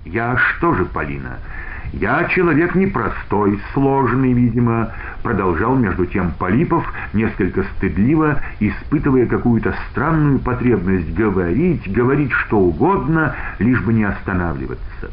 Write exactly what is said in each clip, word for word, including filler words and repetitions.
«Я что же, Полина, я человек непростой, сложный, видимо», продолжал между тем Полипов, несколько стыдливо, испытывая какую-то странную потребность говорить, говорить что угодно, лишь бы не останавливаться.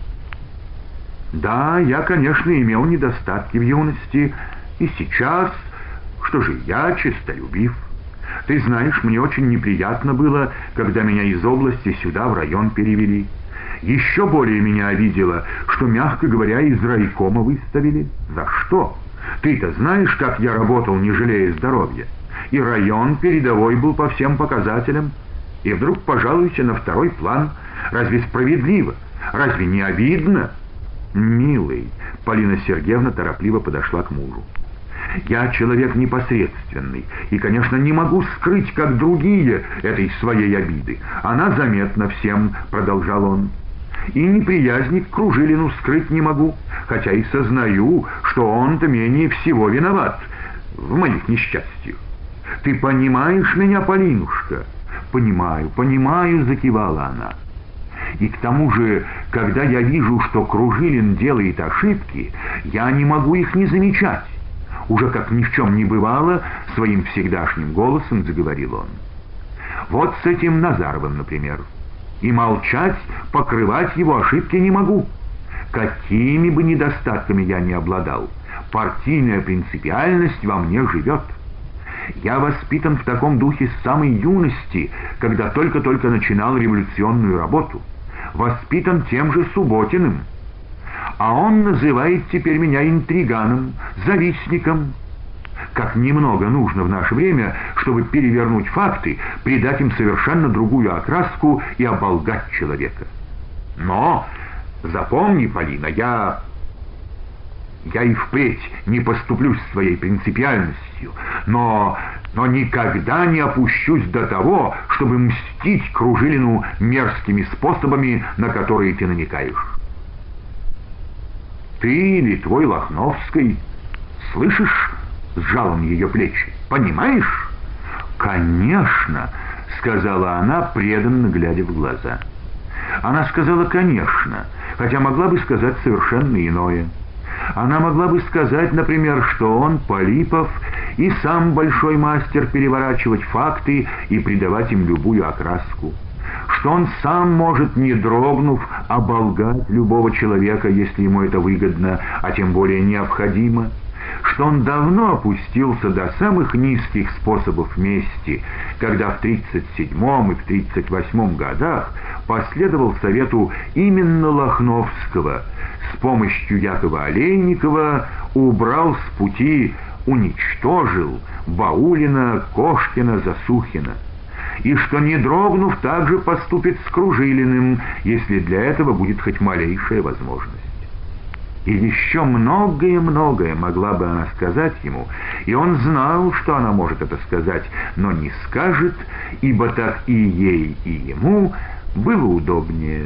«Да, я, конечно, имел недостатки в юности, и сейчас, что же, я честолюбив. Ты знаешь, мне очень неприятно было, когда меня из области сюда, в район, перевели. Еще более меня обидело, что, мягко говоря, из райкома выставили. За что? Ты-то знаешь, как я работал, не жалея здоровья. И район передовой был по всем показателям. И вдруг пожалуйся на второй план. Разве справедливо? Разве не обидно?» «Милый», — Полина Сергеевна торопливо подошла к мужу. «Я человек непосредственный, и, конечно, не могу скрыть, как другие, этой своей обиды. Она заметна всем», — продолжал он. «И неприязни к Кружилину скрыть не могу, хотя и сознаю, что он-то менее всего виноват в моих несчастьях. Ты понимаешь меня, Полинушка?» «Понимаю, понимаю», — закивала она. «И к тому же, когда я вижу, что Кружилин делает ошибки, я не могу их не замечать». Уже как ни в чем не бывало, своим всегдашним голосом заговорил он. «Вот с этим Назаровым, например. И молчать, покрывать его ошибки не могу. Какими бы недостатками я ни обладал, партийная принципиальность во мне живет. Я воспитан в таком духе с самой юности, когда только-только начинал революционную работу. Воспитан тем же Субботиным. А он называет теперь меня интриганом, завистником. Как немного нужно в наше время, чтобы перевернуть факты, придать им совершенно другую окраску и оболгать человека. Но, запомни, Полина, я... Я и впредь не поступлюсь своей принципиальностью, но... но никогда не опущусь до того, чтобы мстить Кружилину мерзкими способами, на которые ты намекаешь. Ты или твой Лохновский, слышишь?» — сжал он ее плечи. «Понимаешь?» «Конечно», — сказала она, преданно глядя в глаза. Она сказала «конечно», хотя могла бы сказать совершенно иное. Она могла бы сказать, например, что он, Полипов, и сам большой мастер переворачивать факты и придавать им любую окраску. Что он сам может, не дрогнув, оболгать любого человека, если ему это выгодно, а тем более необходимо. Что он давно опустился до самых низких способов мести, когда в тридцать седьмом и в тридцать восьмом годах последовал совету именно Лохновского, с помощью Якова Олейникова убрал с пути, уничтожил Баулина, Кошкина, Засухина. И что, не дрогнув, также поступит с Кружилиным, если для этого будет хоть малейшая возможность. И еще многое-многое могла бы она сказать ему, и он знал, что она может это сказать, но не скажет, ибо так и ей, и ему было удобнее.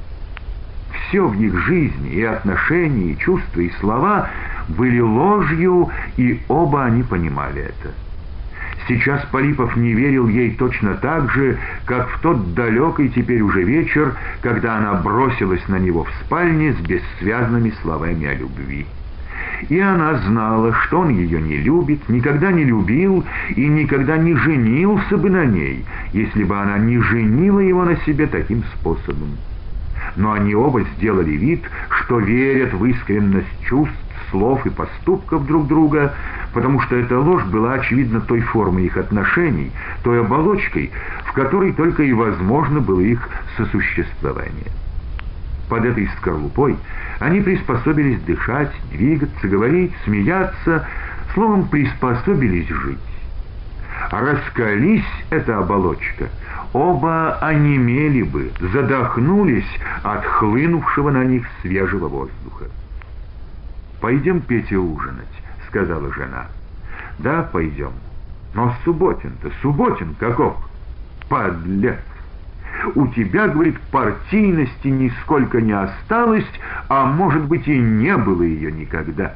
Все в их жизни, и отношения, и чувства, и слова были ложью, и оба они понимали это. Сейчас Полипов не верил ей точно так же, как в тот далекий теперь уже вечер, когда она бросилась на него в спальне с бессвязными словами о любви. И она знала, что он ее не любит, никогда не любил и никогда не женился бы на ней, если бы она не женила его на себе таким способом. Но они оба сделали вид, что верят в искренность чувств, слов и поступков друг друга, потому что эта ложь была, очевидно, той формой их отношений, той оболочкой, в которой только и возможно было их сосуществование. Под этой скорлупой они приспособились дышать, двигаться, говорить, смеяться, словом, приспособились жить. Раскались эта оболочка, оба онемели бы, задохнулись от хлынувшего на них свежего воздуха. «Пойдем, Петя, ужинать», — сказала жена. «Да, пойдем. Но Субботин-то, Субботин каков? Подлец! У тебя, говорит, партийности нисколько не осталось, а может быть и не было ее никогда».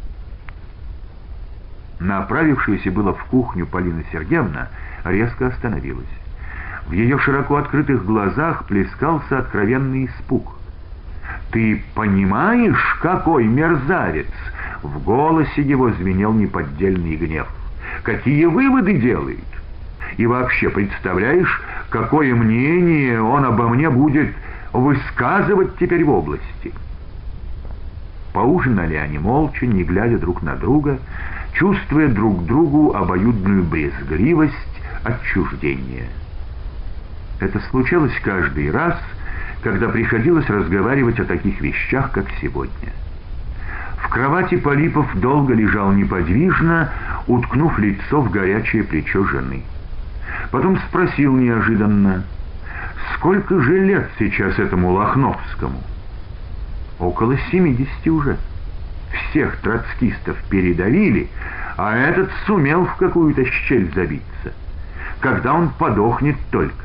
Направившаяся было в кухню Полина Сергеевна резко остановилась. В ее широко открытых глазах плескался откровенный испуг. Ты понимаешь, какой мерзавец? В голосе его звенел неподдельный гнев. Какие выводы делает? И вообще, представляешь, какое мнение он обо мне будет высказывать теперь в области? Поужинали они молча, не глядя друг на друга, чувствуя друг другу обоюдную брезгливость, отчуждение. Это случалось каждый раз, когда приходилось разговаривать о таких вещах, как сегодня. В кровати Полипов долго лежал неподвижно, уткнув лицо в горячее плечо жены. Потом спросил неожиданно: «Сколько же лет сейчас этому Лохновскому?» «Около семидесяти уже. Всех троцкистов передавили, а этот сумел в какую-то щель забиться. Когда он подохнет только?»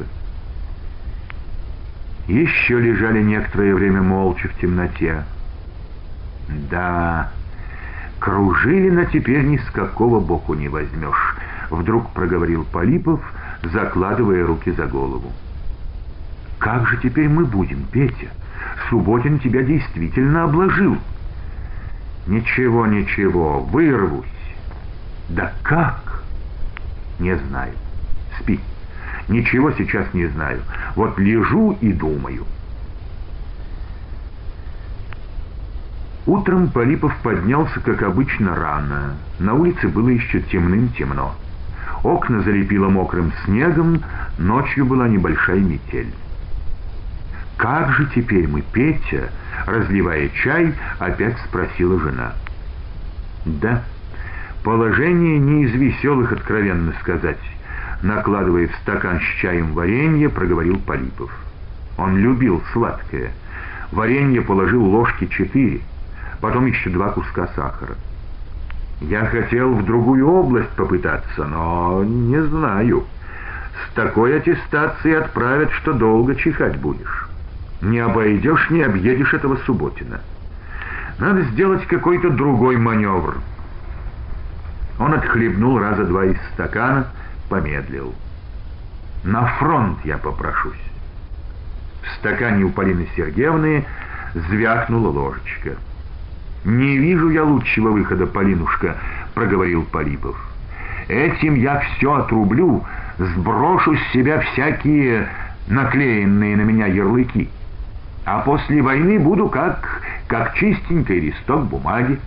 Еще лежали некоторое время молча в темноте. «Да, Кружилина теперь ни с какого боку не возьмешь», — вдруг проговорил Полипов, закладывая руки за голову. «Как же теперь мы будем, Петя? Субботин тебя действительно обложил». «Ничего, ничего, вырвусь». «Да как?» «Не знаю. Спи. Ничего сейчас не знаю. Вот лежу и думаю». Утром Полипов поднялся, как обычно, рано. На улице было еще темным-темно. Окна залепило мокрым снегом, ночью была небольшая метель. «Как же теперь мы, Петя?» — разливая чай, опять спросила жена. «Да, положение не из веселых, откровенно сказать», — накладывая в стакан с чаем варенье, проговорил Полипов. Он любил сладкое. Варенье положил ложки четыре, потом еще два куска сахара. «Я хотел в другую область попытаться, но не знаю. С такой аттестацией отправят, что долго чихать будешь. Не обойдешь, не объедешь этого Субботина. Надо сделать какой-то другой маневр». Он отхлебнул раза два из стакана, помедлил. «На фронт я попрошусь». В стакане у Полины Сергеевны звякнула ложечка. «Не вижу я лучшего выхода, Полинушка», — проговорил Полипов. «Этим я все отрублю, сброшу с себя всякие наклеенные на меня ярлыки. А после войны буду как, как чистенький листок бумаги».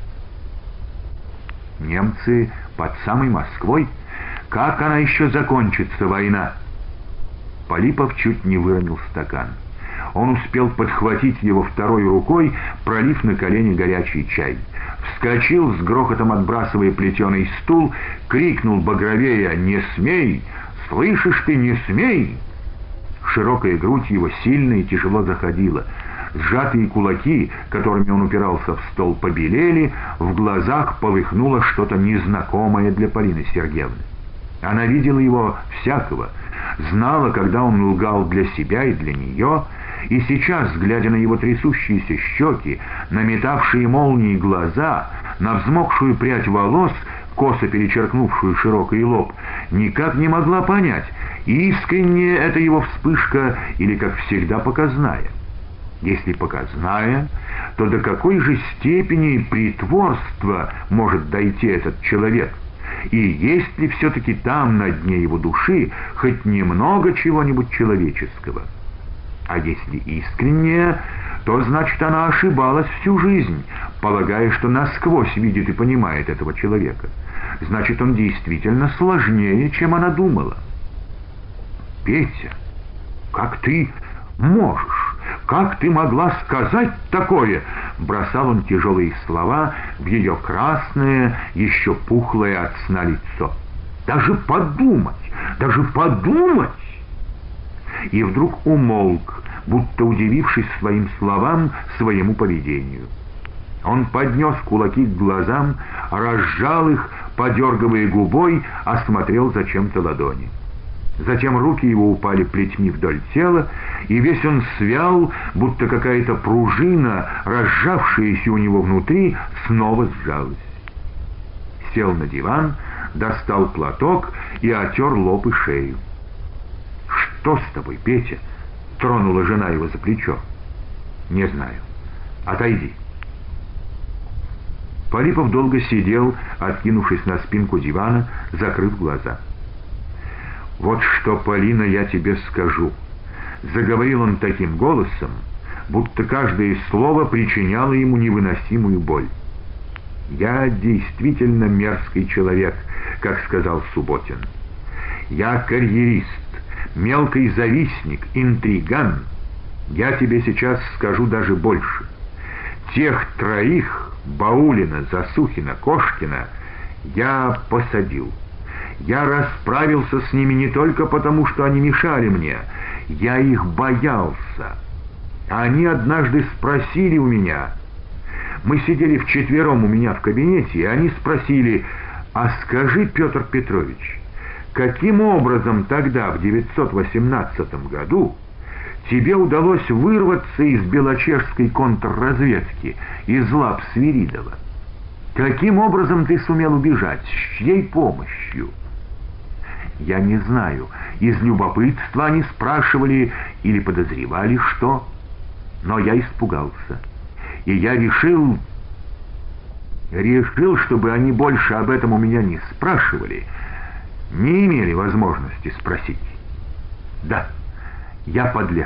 «Немцы под самой Москвой? Как она еще закончится, война?» Полипов чуть не выронил стакан. Он успел подхватить его второй рукой, пролив на колени горячий чай. Вскочил, с грохотом отбрасывая плетеный стул, крикнул багровея: «Не смей! Слышишь ты, не смей!» Широкая грудь его сильно и тяжело заходила. Сжатые кулаки, которыми он упирался в стол, побелели, в глазах полыхнуло что-то незнакомое для Полины Сергеевны. Она видела его всякого, знала, когда он лгал для себя и для нее, и сейчас, глядя на его трясущиеся щеки, на метавшие молнии глаза, на взмокшую прядь волос, косо перечеркнувшую широкий лоб, никак не могла понять, искренняя это его вспышка или, как всегда, показная. Если показная, то до какой же степени притворства может дойти этот человек? И есть ли все-таки там, на дне его души, хоть немного чего-нибудь человеческого? А если искренняя, то значит она ошибалась всю жизнь, полагая, что насквозь видит и понимает этого человека. Значит, он действительно сложнее, чем она думала. «Петя, как ты можешь? Как ты могла сказать такое?» Бросал он тяжелые слова в ее красное, еще пухлое от сна лицо. «Даже подумать! Даже подумать!» И вдруг умолк, будто удивившись своим словам, своему поведению. Он поднес кулаки к глазам, разжал их, подергивая губой, осмотрел зачем-то ладони. Затем руки его упали плетьми вдоль тела, и весь он свял, будто какая-то пружина, разжавшаяся у него внутри, снова сжалась. Сел на диван, достал платок и отер лоб и шею. «Что с тобой, Петя?» — тронула жена его за плечо. «Не знаю. Отойди». Полипов долго сидел, откинувшись на спинку дивана, закрыв глаза. «Вот что, Полина, я тебе скажу», — заговорил он таким голосом, будто каждое слово причиняло ему невыносимую боль. «Я действительно мерзкий человек, как сказал Субботин. Я карьерист, мелкий завистник, интриган. Я тебе сейчас скажу даже больше. Тех троих, Баулина, Засухина, Кошкина, я посадил. Я расправился с ними не только потому, что они мешали мне. Я их боялся. Они однажды спросили у меня... Мы сидели вчетвером у меня в кабинете, и они спросили: «А скажи, Петр Петрович, каким образом тогда, в девятьсот восемнадцатом году, тебе удалось вырваться из белочешской контрразведки, из лап Свиридова? Каким образом ты сумел убежать? С чьей помощью?» Я не знаю. Из любопытства они спрашивали или подозревали что. Но я испугался. И я решил... Решил, чтобы они больше об этом у меня не спрашивали, не имели возможности спросить. Да, я подлец.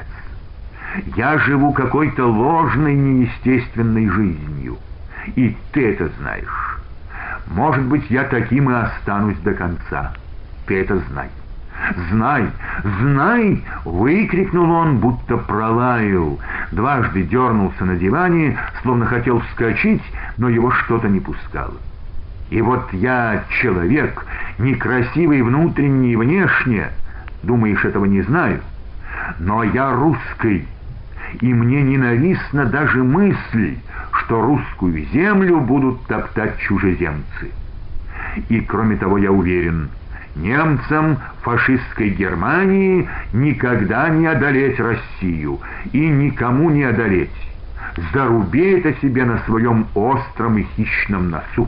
Я живу какой-то ложной, неестественной жизнью. И ты это знаешь. Может быть, я таким и останусь до конца. Ты это знай. «Знай! Знай!» — выкрикнул он, будто пролаял. Дважды дернулся на диване, словно хотел вскочить, но его что-то не пускало. «И вот я человек, некрасивый внутренне и внешне. Думаешь, этого не знаю? Но я русский, и мне ненавистна даже мысль, что русскую землю будут топтать чужеземцы. И кроме того, я уверен, немцам фашистской Германии никогда не одолеть Россию и никому не одолеть. Заруби это себе на своем остром и хищном носу».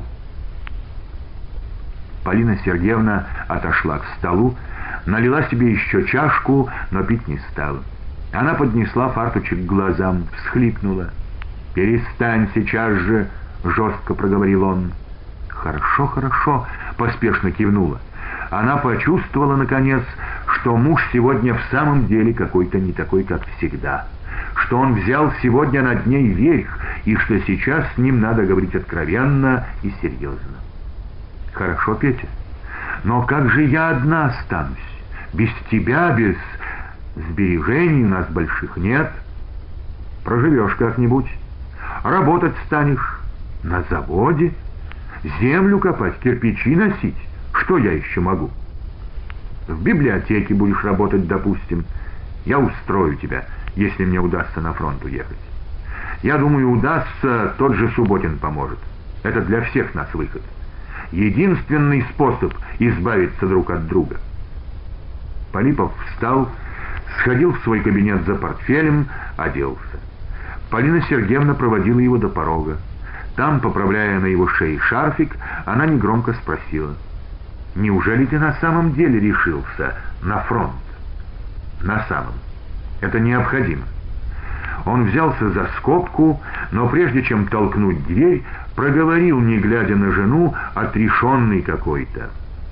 Полина Сергеевна отошла к столу, налила себе еще чашку, но пить не стала. Она поднесла фарточек к глазам, всхлипнула. «Перестань сейчас же», — жестко проговорил он. «Хорошо, хорошо», — поспешно кивнула. Она почувствовала, наконец, что муж сегодня в самом деле какой-то не такой, как всегда, что он взял сегодня над ней верх, и что сейчас с ним надо говорить откровенно и серьезно. «Хорошо, Петя, но как же я одна останусь? Без тебя, без сбережений у нас больших нет. Проживешь как-нибудь, работать станешь на заводе, землю копать, кирпичи носить. Что я еще могу? В библиотеке будешь работать, допустим. Я устрою тебя, если мне удастся на фронт уехать. Я думаю, удастся, тот же Субботин поможет. Это для всех нас выход. Единственный способ избавиться друг от друга». Полипов встал, сходил в свой кабинет за портфелем, оделся. Полина Сергеевна проводила его до порога. Там, поправляя на его шее шарфик, она негромко спросила: «Неужели ты на самом деле решился на фронт?» «На самом. Это необходимо». Он взялся за скобку, но прежде чем толкнуть дверь, проговорил, не глядя на жену, отрешенный какой-то: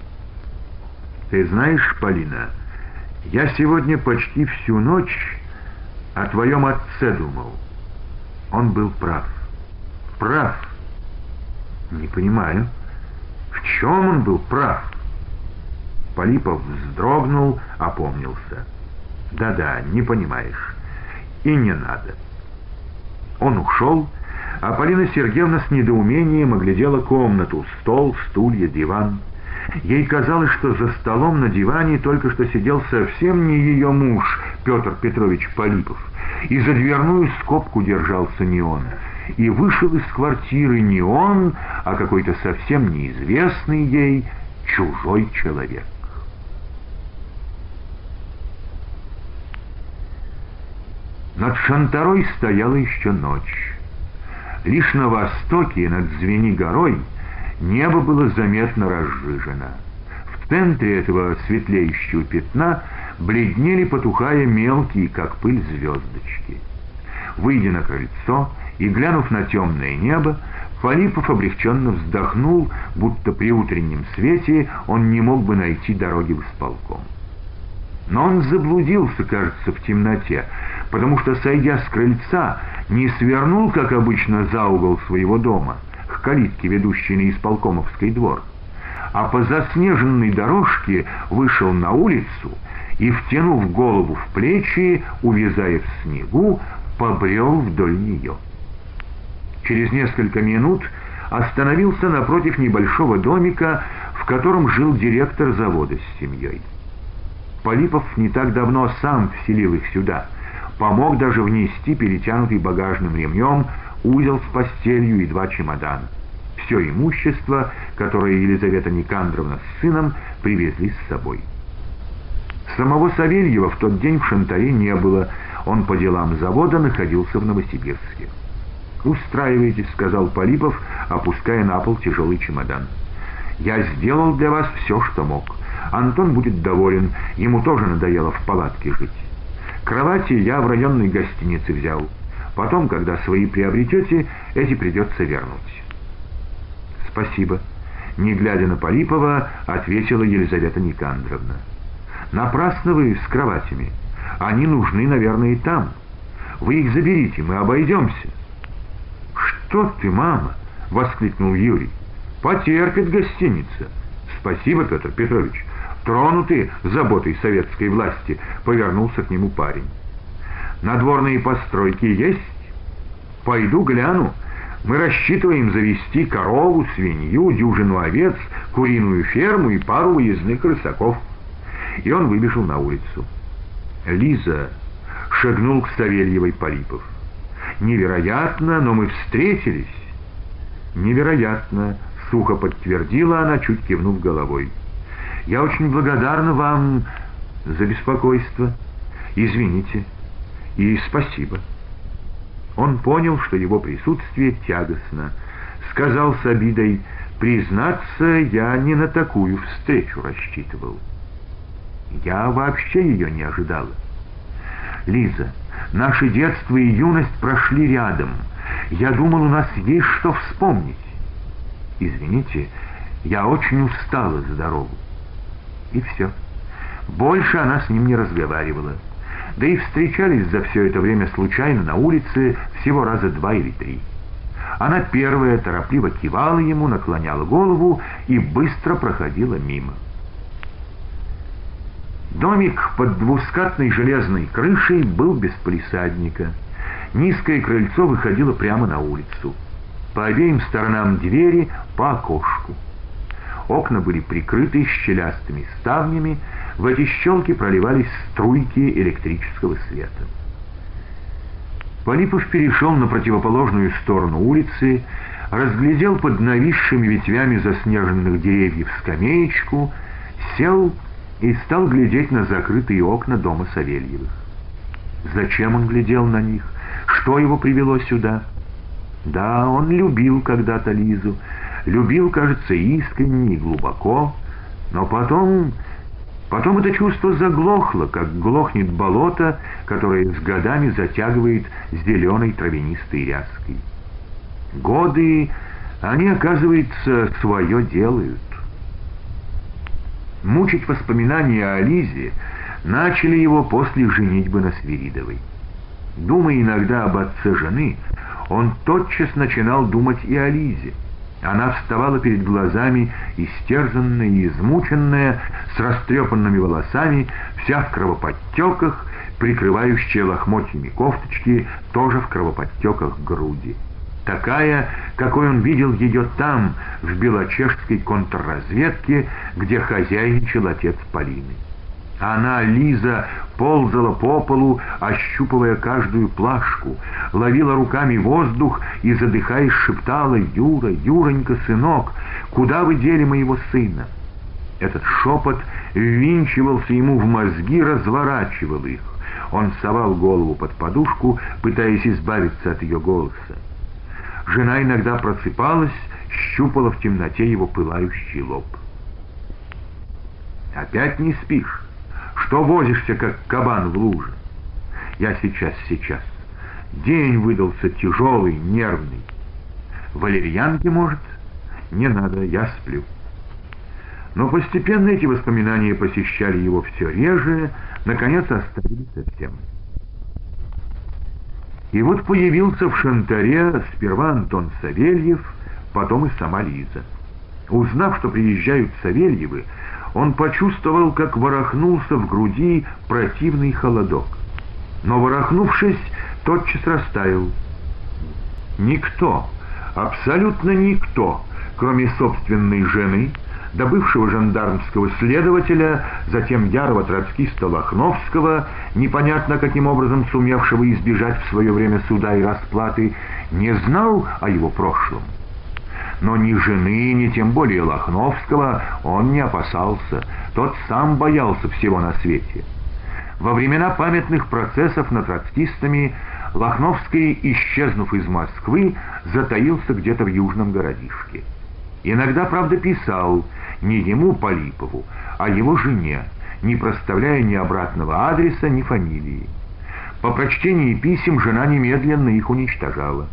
«Ты знаешь, Полина, я сегодня почти всю ночь о твоем отце думал. Он был прав. Прав. Не понимаю, в чем он был прав?» Полипов вздрогнул, опомнился. «Да-да, не понимаешь. И не надо». Он ушел, а Полина Сергеевна с недоумением оглядела комнату: стол, стулья, диван. Ей казалось, что за столом на диване только что сидел совсем не ее муж, Петр Петрович Полипов, и за дверную скобку держался не он, и вышел из квартиры не он, а какой-то совсем неизвестный ей чужой человек. Над Шантарой стояла еще ночь. Лишь на востоке, над Звени-горой, небо было заметно разжижено. В центре этого светлеющего пятна бледнели, потухая, мелкие, как пыль, звездочки. Выйдя на крыльцо И, глянув на темное небо, Полипов облегченно вздохнул, будто при утреннем свете он не мог бы найти дороги в исполком. Но он заблудился, кажется, в темноте, потому что, сойдя с крыльца, не свернул, как обычно, за угол своего дома, к калитке, ведущей на исполкомовский двор, а по заснеженной дорожке вышел на улицу и, втянув голову в плечи, увязая в снегу, побрел вдоль нее. Через несколько минут остановился напротив небольшого домика, в котором жил директор завода с семьей. Полипов не так давно сам вселил их сюда, помог даже внести перетянутый багажным ремнем узел с постелью и два чемодана. Все имущество, которое Елизавета Никандровна с сыном привезли с собой. Самого Савельева в тот день в Шантаре не было, он по делам завода находился в Новосибирске. «Устраивайтесь», — сказал Полипов, опуская на пол тяжелый чемодан. «Я сделал для вас все, что мог. Антон будет доволен, ему тоже надоело в палатке жить. Кровати я в районной гостинице взял. Потом, когда свои приобретете, эти придется вернуть». «Спасибо», — не глядя на Полипова, ответила Елизавета Никандровна. «Напрасно вы с кроватями. Они нужны, наверное, и там. Вы их заберите, мы обойдемся». «Что ты, мама?» — воскликнул Юрий. «Потерпит гостиница». «Спасибо, Петр Петрович. Тронутый заботой советской власти», — повернулся к нему парень. «Надворные постройки есть? Пойду гляну. Мы рассчитываем завести корову, свинью, дюжину овец, куриную ферму и пару уездных рысаков». И он выбежал на улицу. «Лиза», — шагнул к Савельевой Полипов. «Невероятно, но мы встретились». «Невероятно», — сухо подтвердила она, чуть кивнув головой. «Я очень благодарна вам за беспокойство. Извините. И спасибо». Он понял, что его присутствие тягостно. Сказал с обидой: «Признаться, я не на такую встречу рассчитывал. Я вообще ее не ожидала. Лиза, наше детство и юность прошли рядом. Я думал, у нас есть что вспомнить. Извините, я очень устала за дорогу». И все. Больше она с ним не разговаривала. Да и встречались за все это время случайно на улице всего раза два или три. Она первая торопливо кивала ему, наклоняла голову и быстро проходила мимо. Домик под двускатной железной крышей был без палисадника. Низкое крыльцо выходило прямо на улицу. По обеим сторонам двери по окошку. Окна были прикрыты щелястыми ставнями, в эти щелки проливались струйки электрического света. Полипов перешел на противоположную сторону улицы, разглядел под нависшими ветвями заснеженных деревьев скамеечку, сел и стал глядеть на закрытые окна дома Савельевых. Зачем он глядел на них? Что его привело сюда? Да, он любил когда-то Лизу, любил, кажется, искренне и глубоко, но потом... Потом это чувство заглохло, как глохнет болото, которое с годами затягивает зеленой травянистой ряской. Годы, они, оказывается, свое делают. Мучить воспоминания о Лизе начали его после женитьбы на Свиридовой. Думая иногда об отце жены, он тотчас начинал думать и о Лизе. Она вставала перед глазами, истерзанная и измученная, с растрепанными волосами, вся в кровоподтеках, прикрывающая лохмотьями кофточки, тоже в кровоподтеках груди. Такая, какой он видел ее там, в белочешской контрразведке, где хозяйничал отец Полины. Она, Лиза, ползала по полу, ощупывая каждую плашку, ловила руками воздух и, задыхаясь, шептала: «Юра, Юронька, сынок, куда вы дели моего сына?» Этот шепот ввинчивался ему в мозги, разворачивал их. Он совал голову под подушку, пытаясь избавиться от ее голоса. Жена иногда просыпалась, щупала в темноте его пылающий лоб. «Опять не спишь? Что возишься, как кабан в луже?» «Я сейчас, сейчас. День выдался тяжелый, нервный. Валерьянки, может? Не надо, я сплю. Но постепенно эти воспоминания посещали его все реже, наконец оставили совсем. И вот появился в Шантаре сперва Антон Савельев, потом и сама Лиза. Узнав, что приезжают Савельевы, он почувствовал, как ворохнулся в груди противный холодок. Но, ворохнувшись, тотчас растаял. Никто, абсолютно никто, кроме собственной жены, до бывшего жандармского следователя, затем ярого троцкиста Лохновского, непонятно каким образом сумевшего избежать в свое время суда и расплаты, не знал о его прошлом. Но ни жены, ни тем более Лохновского он не опасался, тот сам боялся всего на свете. Во времена памятных процессов над троцкистами Лохновский, исчезнув из Москвы, затаился где-то в южном городишке. Иногда, правда, писал не ему, Полипову, а его жене, не проставляя ни обратного адреса, ни фамилии. По прочтении писем жена немедленно их уничтожала.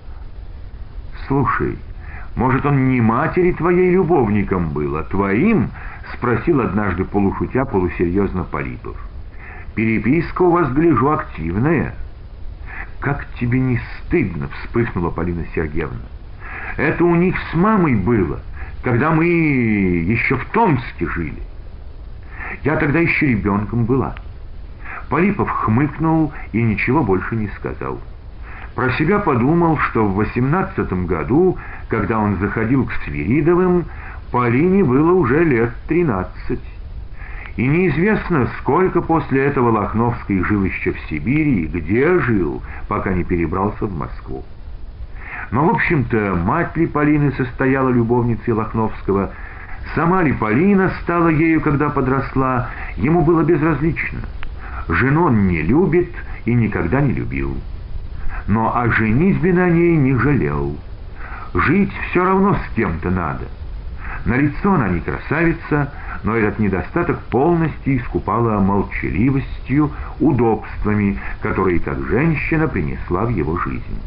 «Слушай, может, он не матери твоей любовником был, а твоим?» — спросил однажды полушутя, полусерьезно Полипов. «Переписка у вас, гляжу, активная». «Как тебе не стыдно?» — вспыхнула Полина Сергеевна. «Это у них с мамой было, когда мы еще в Томске жили. Я тогда еще ребенком была». Полипов хмыкнул и ничего больше не сказал. Про себя подумал, что в восемнадцатом году, когда он заходил к Свиридовым, Полине было уже лет тринадцать. И неизвестно, сколько после этого Лохновский жил еще в Сибири и где жил, пока не перебрался в Москву. Но, в общем-то, мать ли Полины состояла любовницей Лохновского, сама ли Полина стала ею, когда подросла, ему было безразлично. Жену он не любит и никогда не любил. Но о женитьбе на ней не жалел. Жить все равно с кем-то надо. Нарицо она не красавица, но этот недостаток полностью искупала молчаливостью, удобствами, которые как женщина принесла в его жизнь.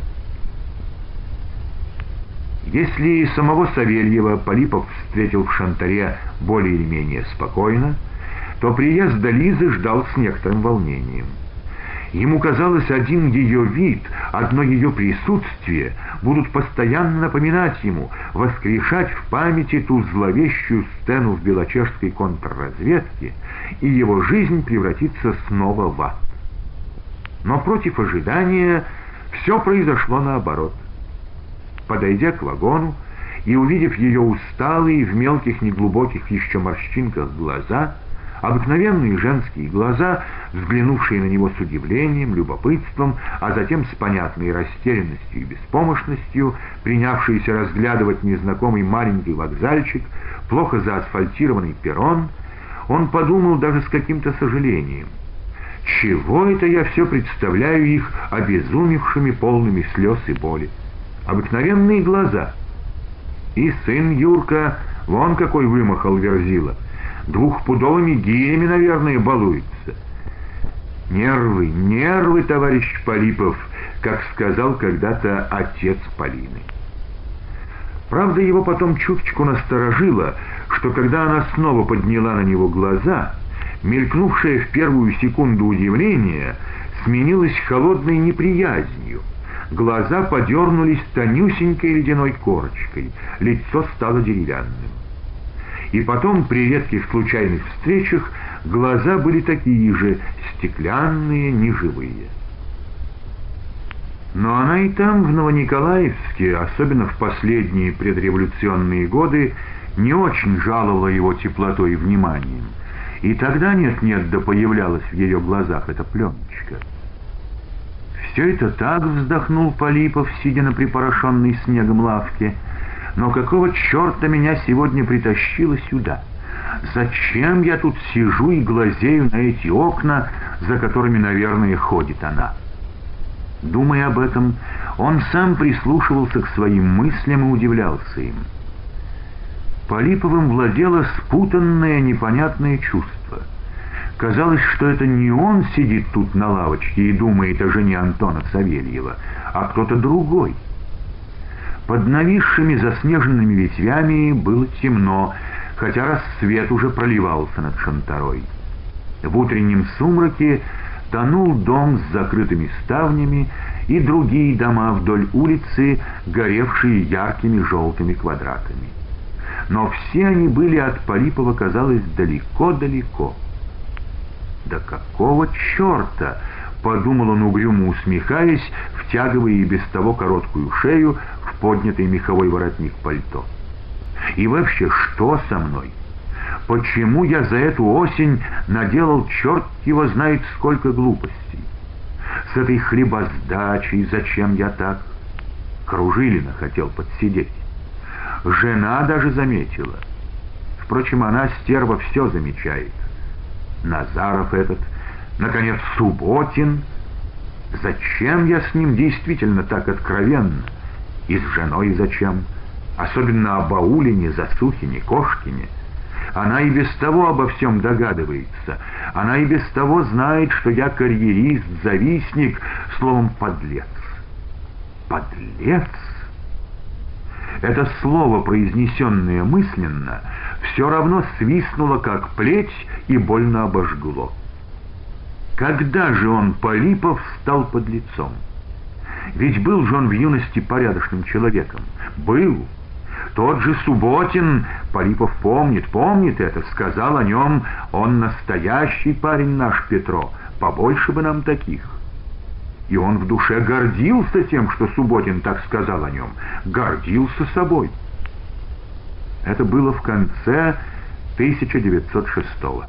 Если самого Савельева Полипов встретил в Шантаре более или менее спокойно, то приезда Лизы ждал с некоторым волнением. Ему казалось, один ее вид, одно ее присутствие будут постоянно напоминать ему, воскрешать в памяти ту зловещую сцену в белочешской контрразведке, и его жизнь превратится снова в ад. Но против ожидания все произошло наоборот. Подойдя к вагону и увидев ее усталые, в мелких неглубоких еще морщинках глаза, обыкновенные женские глаза, взглянувшие на него с удивлением, любопытством, а затем с понятной растерянностью и беспомощностью, принявшиеся разглядывать незнакомый маленький вокзальчик, плохо заасфальтированный перрон, он подумал даже с каким-то сожалением: чего это я все представляю их обезумевшими, полными слез и боли? Обыкновенные глаза. И сын Юрка вон какой вымахал верзила, двухпудовыми гирями, наверное, балуется. Нервы, нервы, товарищ Полипов, как сказал когда-то отец Полины. Правда, его потом чуточку насторожило, что когда она снова подняла на него глаза, мелькнувшее в первую секунду удивление сменилось холодной неприязнью. Глаза подернулись тонюсенькой ледяной корочкой, лицо стало деревянным. И потом, при редких случайных встречах, глаза были такие же, стеклянные, неживые. Но она и там, в Новониколаевске, особенно в последние предреволюционные годы, не очень жаловала его теплотой и вниманием. И тогда нет-нет, да появлялась в ее глазах эта пленочка. Все это так, вздохнул Полипов, сидя на припорошенной снегом лавке. Но какого черта меня сегодня притащило сюда? Зачем я тут сижу и глазею на эти окна, за которыми, наверное, ходит она? Думая об этом, он сам прислушивался к своим мыслям и удивлялся им. Полиповым владело спутанное, непонятное чувство. Казалось, что это не он сидит тут на лавочке и думает о жене Антона Савельева, а кто-то другой. Под нависшими заснеженными ветвями было темно, хотя рассвет уже проливался над Шантарой. В утреннем сумраке тонул дом с закрытыми ставнями и другие дома вдоль улицы, горевшие яркими желтыми квадратами. Но все они были от Полипова, казалось, далеко-далеко. «Да какого черта?» — подумал он угрюмо усмехаясь, втягивая и без того короткую шею в поднятый меховой воротник пальто. «И вообще, что со мной? Почему я за эту осень наделал черт его знает сколько глупостей? С этой хлебосдачей зачем я так? Кружилина хотел подсидеть. Жена даже заметила. Впрочем, она, стерва, все замечает. Назаров этот, наконец, Субботин. Зачем я с ним действительно так откровенно? И с женой зачем? Особенно о Баулине, Засухине, Кошкине. Она и без того обо всем догадывается. Она и без того знает, что я карьерист, завистник, словом, подлец. Подлец? Это слово, произнесенное мысленно, все равно свистнуло, как плеть, и больно обожгло. Когда же он, Полипов, стал подлецом? Ведь был же он в юности порядочным человеком. Был. Тот же Субботин, Полипов помнит, помнит это, сказал о нем: он настоящий парень наш, Петро, побольше бы нам таких. И он в душе гордился тем, что Субботин так сказал о нем, гордился собой. Это было в конце тысяча девятьсот шестого.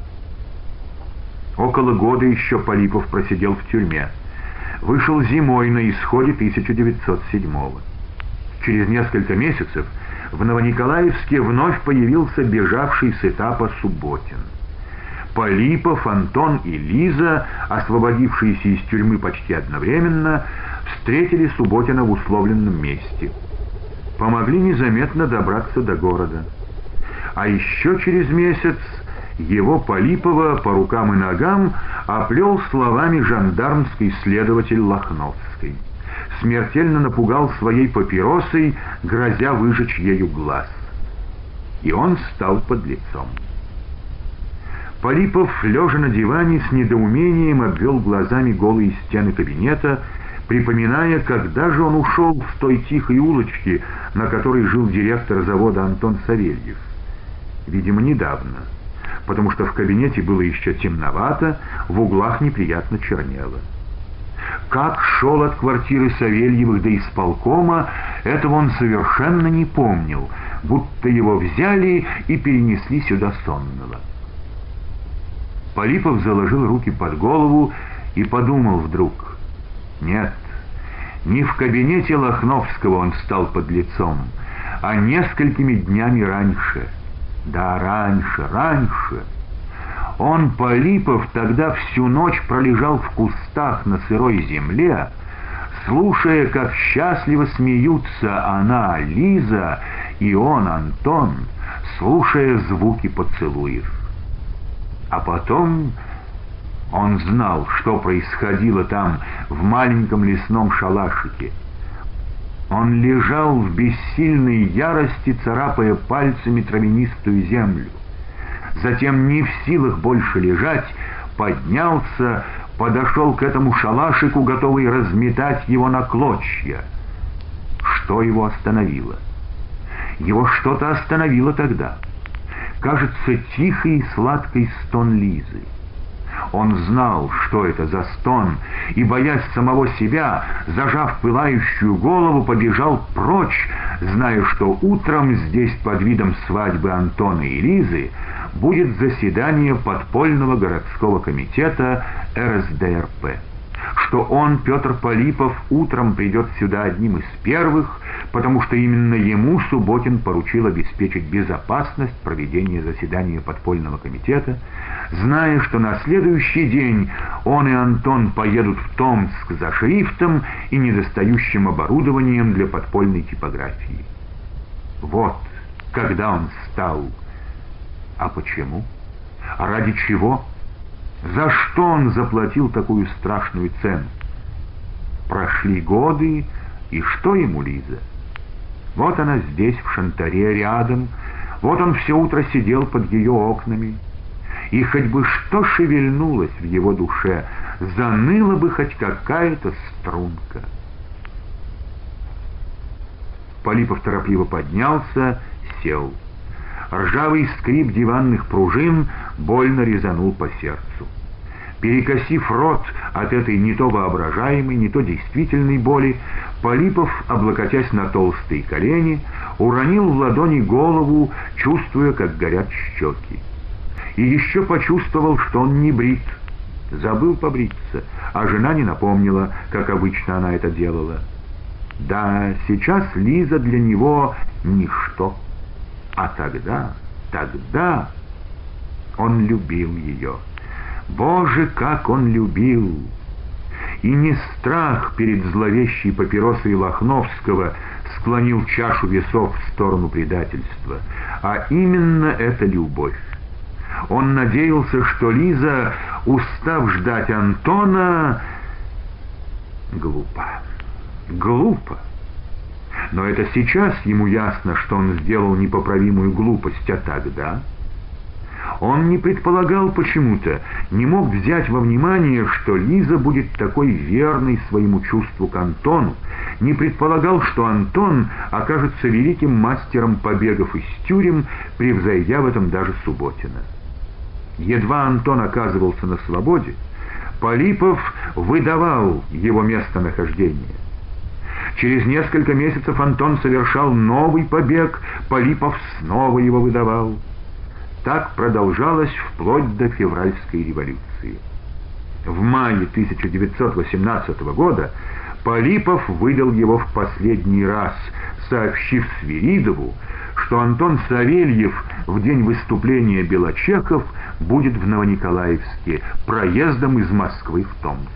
Около года еще Полипов просидел в тюрьме. Вышел зимой на исходе тысяча девятьсот седьмого. Через несколько месяцев в Новониколаевске вновь появился бежавший с этапа Субботин. Полипов, Антон и Лиза, освободившиеся из тюрьмы почти одновременно, встретили Субботина в условленном месте. Помогли незаметно добраться до города. А еще через месяц его, Полипова, по рукам и ногам оплел словами жандармский следователь Лохновский. Смертельно напугал своей папиросой, грозя выжечь ею глаз. И он стал подлецом. Полипов, лежа на диване, с недоумением обвел глазами голые стены кабинета, припоминая, когда же он ушел с той тихой улочки, на которой жил директор завода Антон Савельев. Видимо, недавно, потому что в кабинете было еще темновато, в углах неприятно чернело. Как шел от квартиры Савельевых до исполкома, этого он совершенно не помнил, будто его взяли и перенесли сюда сонного. Полипов заложил руки под голову и подумал вдруг: нет, не в кабинете Лохновского он стал подлецом, а несколькими днями раньше. Да, раньше, раньше. Он, Полипов, тогда всю ночь пролежал в кустах на сырой земле, слушая, как счастливо смеются она, Лиза, и он, Антон, слушая звуки поцелуев. А потом он знал, что происходило там, в маленьком лесном шалашике. Он лежал в бессильной ярости, царапая пальцами травянистую землю. Затем, не в силах больше лежать, поднялся, подошел к этому шалашику, готовый разметать его на клочья. Что его остановило? Его что-то остановило тогда. Кажется, тихий и сладкий стон Лизы. Он знал, что это за стон, и, боясь самого себя, зажав пылающую голову, побежал прочь, зная, что утром здесь под видом свадьбы Антона и Лизы будет заседание подпольного городского комитета эр эс дэ эр пэ, что он, Петр Полипов, утром придет сюда одним из первых, потому что именно ему Субботин поручил обеспечить безопасность проведения заседания подпольного комитета, зная, что на следующий день он и Антон поедут в Томск за шрифтом и недостающим оборудованием для подпольной типографии. Вот когда он стал. А почему? А ради чего? За что он заплатил такую страшную цену? Прошли годы, и что ему Лиза? Вот она здесь, в Шантаре, рядом, вот он все утро сидел под ее окнами, и хоть бы что шевельнулось в его душе, заныла бы хоть какая-то струнка. Полипов торопливо поднялся, сел. Ржавый скрип диванных пружин больно резанул по сердцу. Перекосив рот от этой не то воображаемой, не то действительной боли, Полипов, облокотясь на толстые колени, уронил в ладони голову, чувствуя, как горят щеки. И еще почувствовал, что он не брит. Забыл побриться, а жена не напомнила, как обычно она это делала. Да, сейчас Лиза для него ничто. А тогда, тогда он любил ее. Боже, как он любил! И не страх перед зловещей папиросой Лохновского склонил чашу весов в сторону предательства, а именно эта любовь. Он надеялся, что Лиза, устав ждать Антона... Глупо, глупо. Но это сейчас ему ясно, что он сделал непоправимую глупость, а тогда... Он не предполагал почему-то, не мог взять во внимание, что Лиза будет такой верной своему чувству к Антону, не предполагал, что Антон окажется великим мастером побегов из тюрем, превзойдя в этом даже Субботина. Едва Антон оказывался на свободе, Полипов выдавал его местонахождение. Через несколько месяцев Антон совершал новый побег, Полипов снова его выдавал. Так продолжалось вплоть до февральской революции. В мае тысяча девятьсот восемнадцатого года Полипов выдал его в последний раз, сообщив Свиридову, что Антон Савельев в день выступления Белочеков будет в Новониколаевске проездом из Москвы в Томск.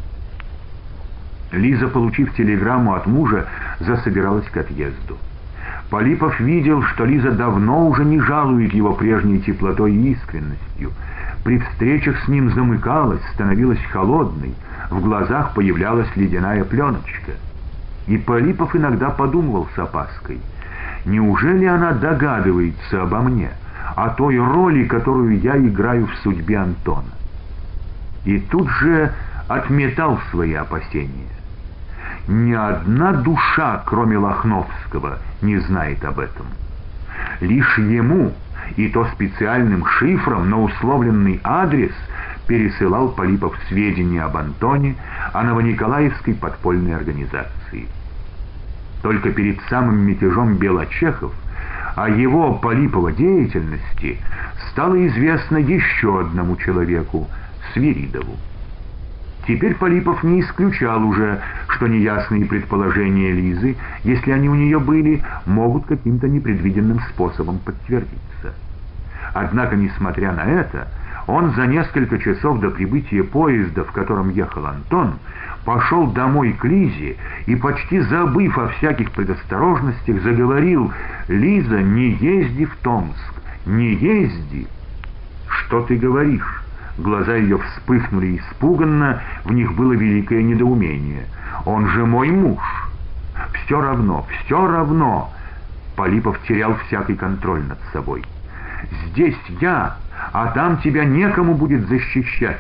Лиза, получив телеграмму от мужа, засобиралась к отъезду. Полипов видел, что Лиза давно уже не жалует его прежней теплотой и искренностью. При встречах с ним замыкалась, становилась холодной, в глазах появлялась ледяная пленочка. И Полипов иногда подумывал с опаской: неужели она догадывается обо мне, о той роли, которую я играю в судьбе Антона? И тут же отметал свои опасения. Ни одна душа, кроме Лохновского, не знает об этом. Лишь ему, и то специальным шифром на условленный адрес, пересылал Полипов сведения об Антоне, о Новониколаевской подпольной организации. Только перед самым мятежом Белочеков о его, Полипова, деятельности стало известно еще одному человеку — Свиридову. Теперь Полипов не исключал уже, что неясные предположения Лизы, если они у нее были, могут каким-то непредвиденным способом подтвердиться. Однако, несмотря на это, он за несколько часов до прибытия поезда, в котором ехал Антон, пошел домой к Лизе и, почти забыв о всяких предосторожностях, заговорил: «Лиза, не езди в Томск, не езди!» «Что ты говоришь?» Глаза ее вспыхнули испуганно, в них было великое недоумение. «Он же мой муж!» «Все равно, все равно!» Полипов терял всякий контроль над собой. «Здесь я, а там тебя некому будет защищать!»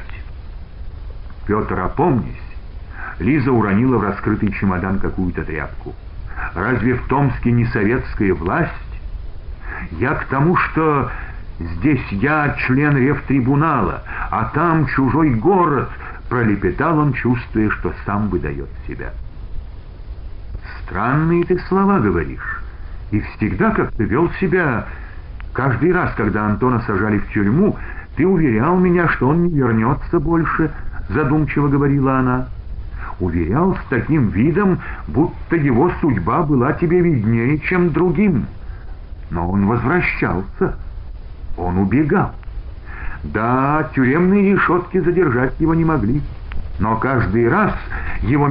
«Петр, опомнись!» Лиза уронила в раскрытый чемодан какую-то тряпку. «Разве в Томске не советская власть? Я к тому, что... Здесь я член ревтрибунала, а там чужой город», — пролепетал он, чувствуя, что сам выдает себя. «Странные ты слова говоришь. И всегда как-то вел себя. Каждый раз, когда Антона сажали в тюрьму, ты уверял меня, что он не вернется больше», — задумчиво говорила она. «Уверял с таким видом, будто его судьба была тебе виднее, чем другим. Но он возвращался». Он убегал. Да, тюремные решетки задержать его не могли, но каждый раз его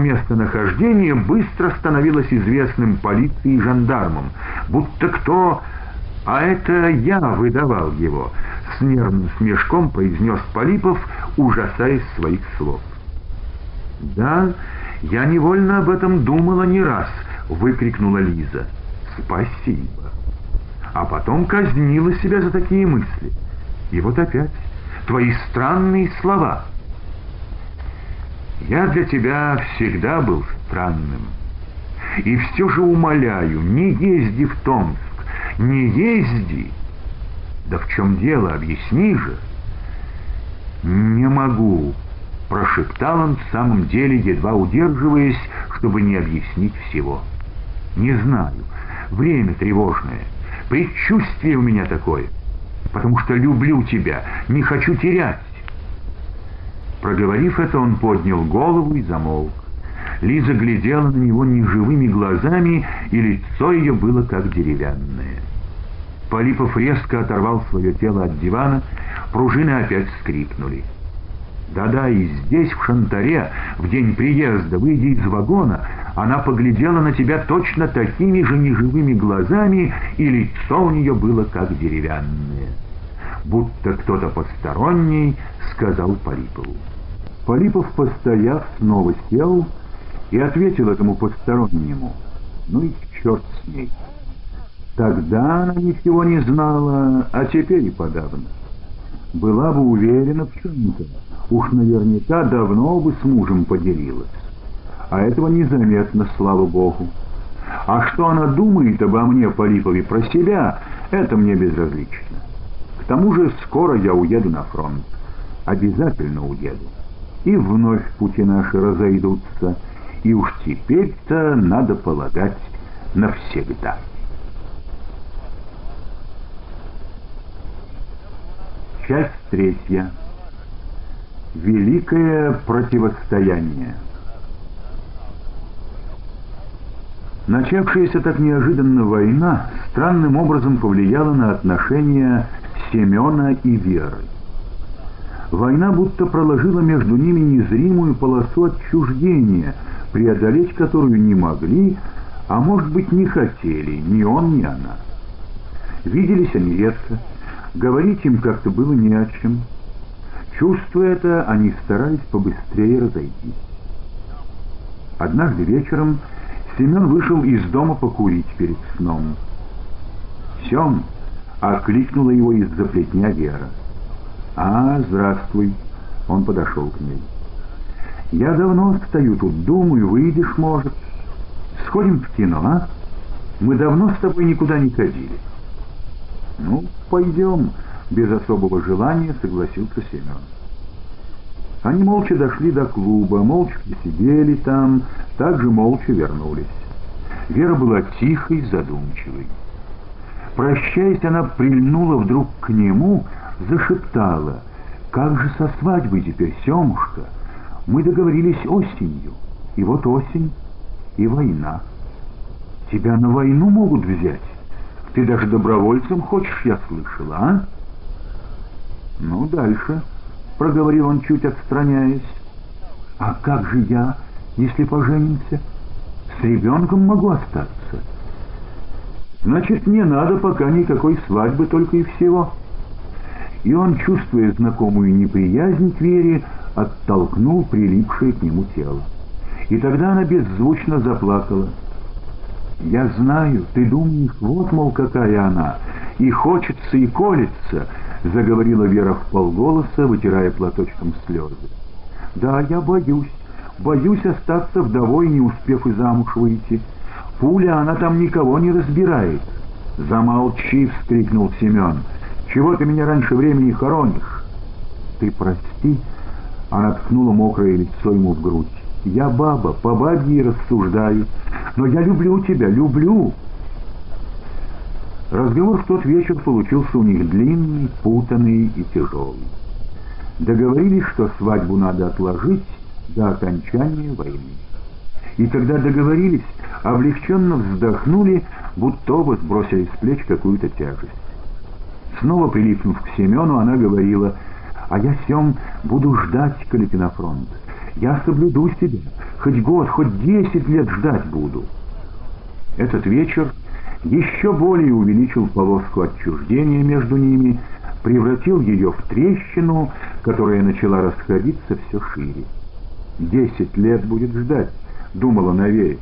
местонахождение быстро становилось известным полиции и жандармам, будто кто... «А это я выдавал его», — с нервным смешком произнес Полипов, ужасаясь своих слов. «Да, я невольно об этом думала не раз», — выкрикнула Лиза. «Спасибо». А потом казнила себя за такие мысли. И вот опять твои странные слова. Я для тебя всегда был странным. И все же умоляю, не езди в Томск, не езди. Да в чем дело, объясни же. Не могу, прошептал он в самом деле, едва удерживаясь, чтобы не объяснить всего. Не знаю, время тревожное, предчувствие у меня такое, потому что люблю тебя, не хочу терять. Проговорив это, он поднял голову и замолк. Лиза глядела на него неживыми глазами, и лицо ее было как деревянное. Полипов резко оторвал свое тело от дивана, пружины опять скрипнули. Да-да, и здесь, в Шантаре, в день приезда, выйдя из вагона, она поглядела на тебя точно такими же неживыми глазами, и лицо у нее было как деревянное. Будто кто-то посторонний сказал Полипову. Полипов, постояв, снова сел и ответил этому постороннему: «Ну и черт с ней. Тогда она ничего не знала, а теперь и подавно. Была бы уверена в чем-то, уж наверняка давно бы с мужем поделилась. А этого незаметно, слава богу. А что она думает обо мне, Полипове, про себя, это мне безразлично. К тому же скоро я уеду на фронт. Обязательно уеду. И вновь пути наши разойдутся. И уж теперь-то, надо полагать, навсегда». Часть третья. Великое противостояние. Начавшаяся так неожиданно война странным образом повлияла на отношения Семена и Веры. Война будто проложила между ними незримую полосу отчуждения, преодолеть которую не могли, а может быть не хотели ни он, ни она. Виделись они редко, говорить им как-то было не о чем. Чувствуя это, они старались побыстрее разойтись. Однажды вечером Семен вышел из дома покурить перед сном. «Сем!» — окликнула его из-за плетня Вера. «А, здравствуй!» — он подошел к ней. «Я давно стою тут, думаю, выйдешь, может. Сходим в кино, а? Мы давно с тобой никуда не ходили». «Ну, пойдем», — без особого желания согласился Семен. Они молча дошли до клуба, молча сидели там, также молча вернулись. Вера была тихой, задумчивой. Прощаясь, она прильнула вдруг к нему, зашептала: «Как же со свадьбой теперь, Семушка? Мы договорились осенью, и вот осень, и война. Тебя на войну могут взять. Ты даже добровольцем хочешь, я слышала, а?» «Ну, дальше», — проговорил он, чуть отстраняясь. «А как же я, если поженимся? С ребенком могу остаться». «Значит, не надо пока никакой свадьбы, только и всего». И он, чувствуя знакомую неприязнь к Вере, оттолкнул прилипшее к нему тело. И тогда она беззвучно заплакала. «Я знаю, ты думаешь, вот, мол, какая она, и хочется, и колется», — заговорила Вера вполголоса, вытирая платочком слезы. «Да, я боюсь, боюсь остаться вдовой, не успев и замуж выйти. Пуля, она там никого не разбирает». «Замолчи!» — вскрикнул Семен. «Чего ты меня раньше времени хоронишь?» «Ты прости», — она ткнула мокрое лицо ему в грудь. «Я баба, по бабье рассуждаю, но я люблю тебя, люблю». Разговор в тот вечер получился у них длинный, путанный и тяжелый. Договорились, что свадьбу надо отложить до окончания войны. И когда договорились, облегченно вздохнули, будто оба сбросили с плеч какую-то тяжесть. Снова прилипнув к Семену, она говорила: «А я, Сем, буду ждать, коли ты на фронт. Я соблюду себя. Хоть год, хоть десять лет ждать буду». Этот вечер еще более увеличил полоску отчуждения между ними, превратил ее в трещину, которая начала расходиться все шире. «Десять лет будет ждать», — думала Навея.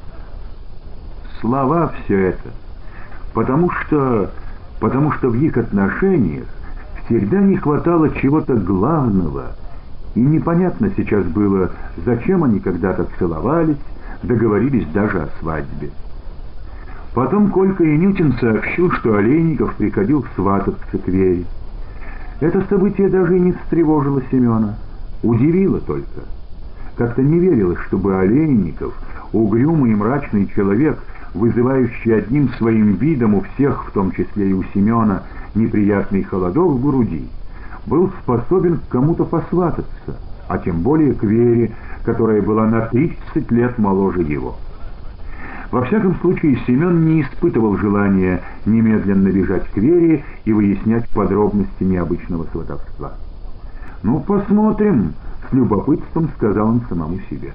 Слова все это, потому что, потому что в их отношениях всегда не хватало чего-то главного, и непонятно сейчас было, зачем они когда-то целовались, договорились даже о свадьбе. Потом Колька Инютин сообщил, что Олейников приходил свататься к Вере. Это событие даже и не встревожило Семена, удивило только. Как-то не верилось, чтобы Олейников, угрюмый и мрачный человек, вызывающий одним своим видом у всех, в том числе и у Семена, неприятный холодок в груди, был способен к кому-то посвататься, а тем более к Вере, которая была на тридцать лет моложе его. Во всяком случае, Семен не испытывал желания немедленно бежать к Вере и выяснять подробности необычного сватовства. «Ну, посмотрим», — с любопытством сказал он самому себе.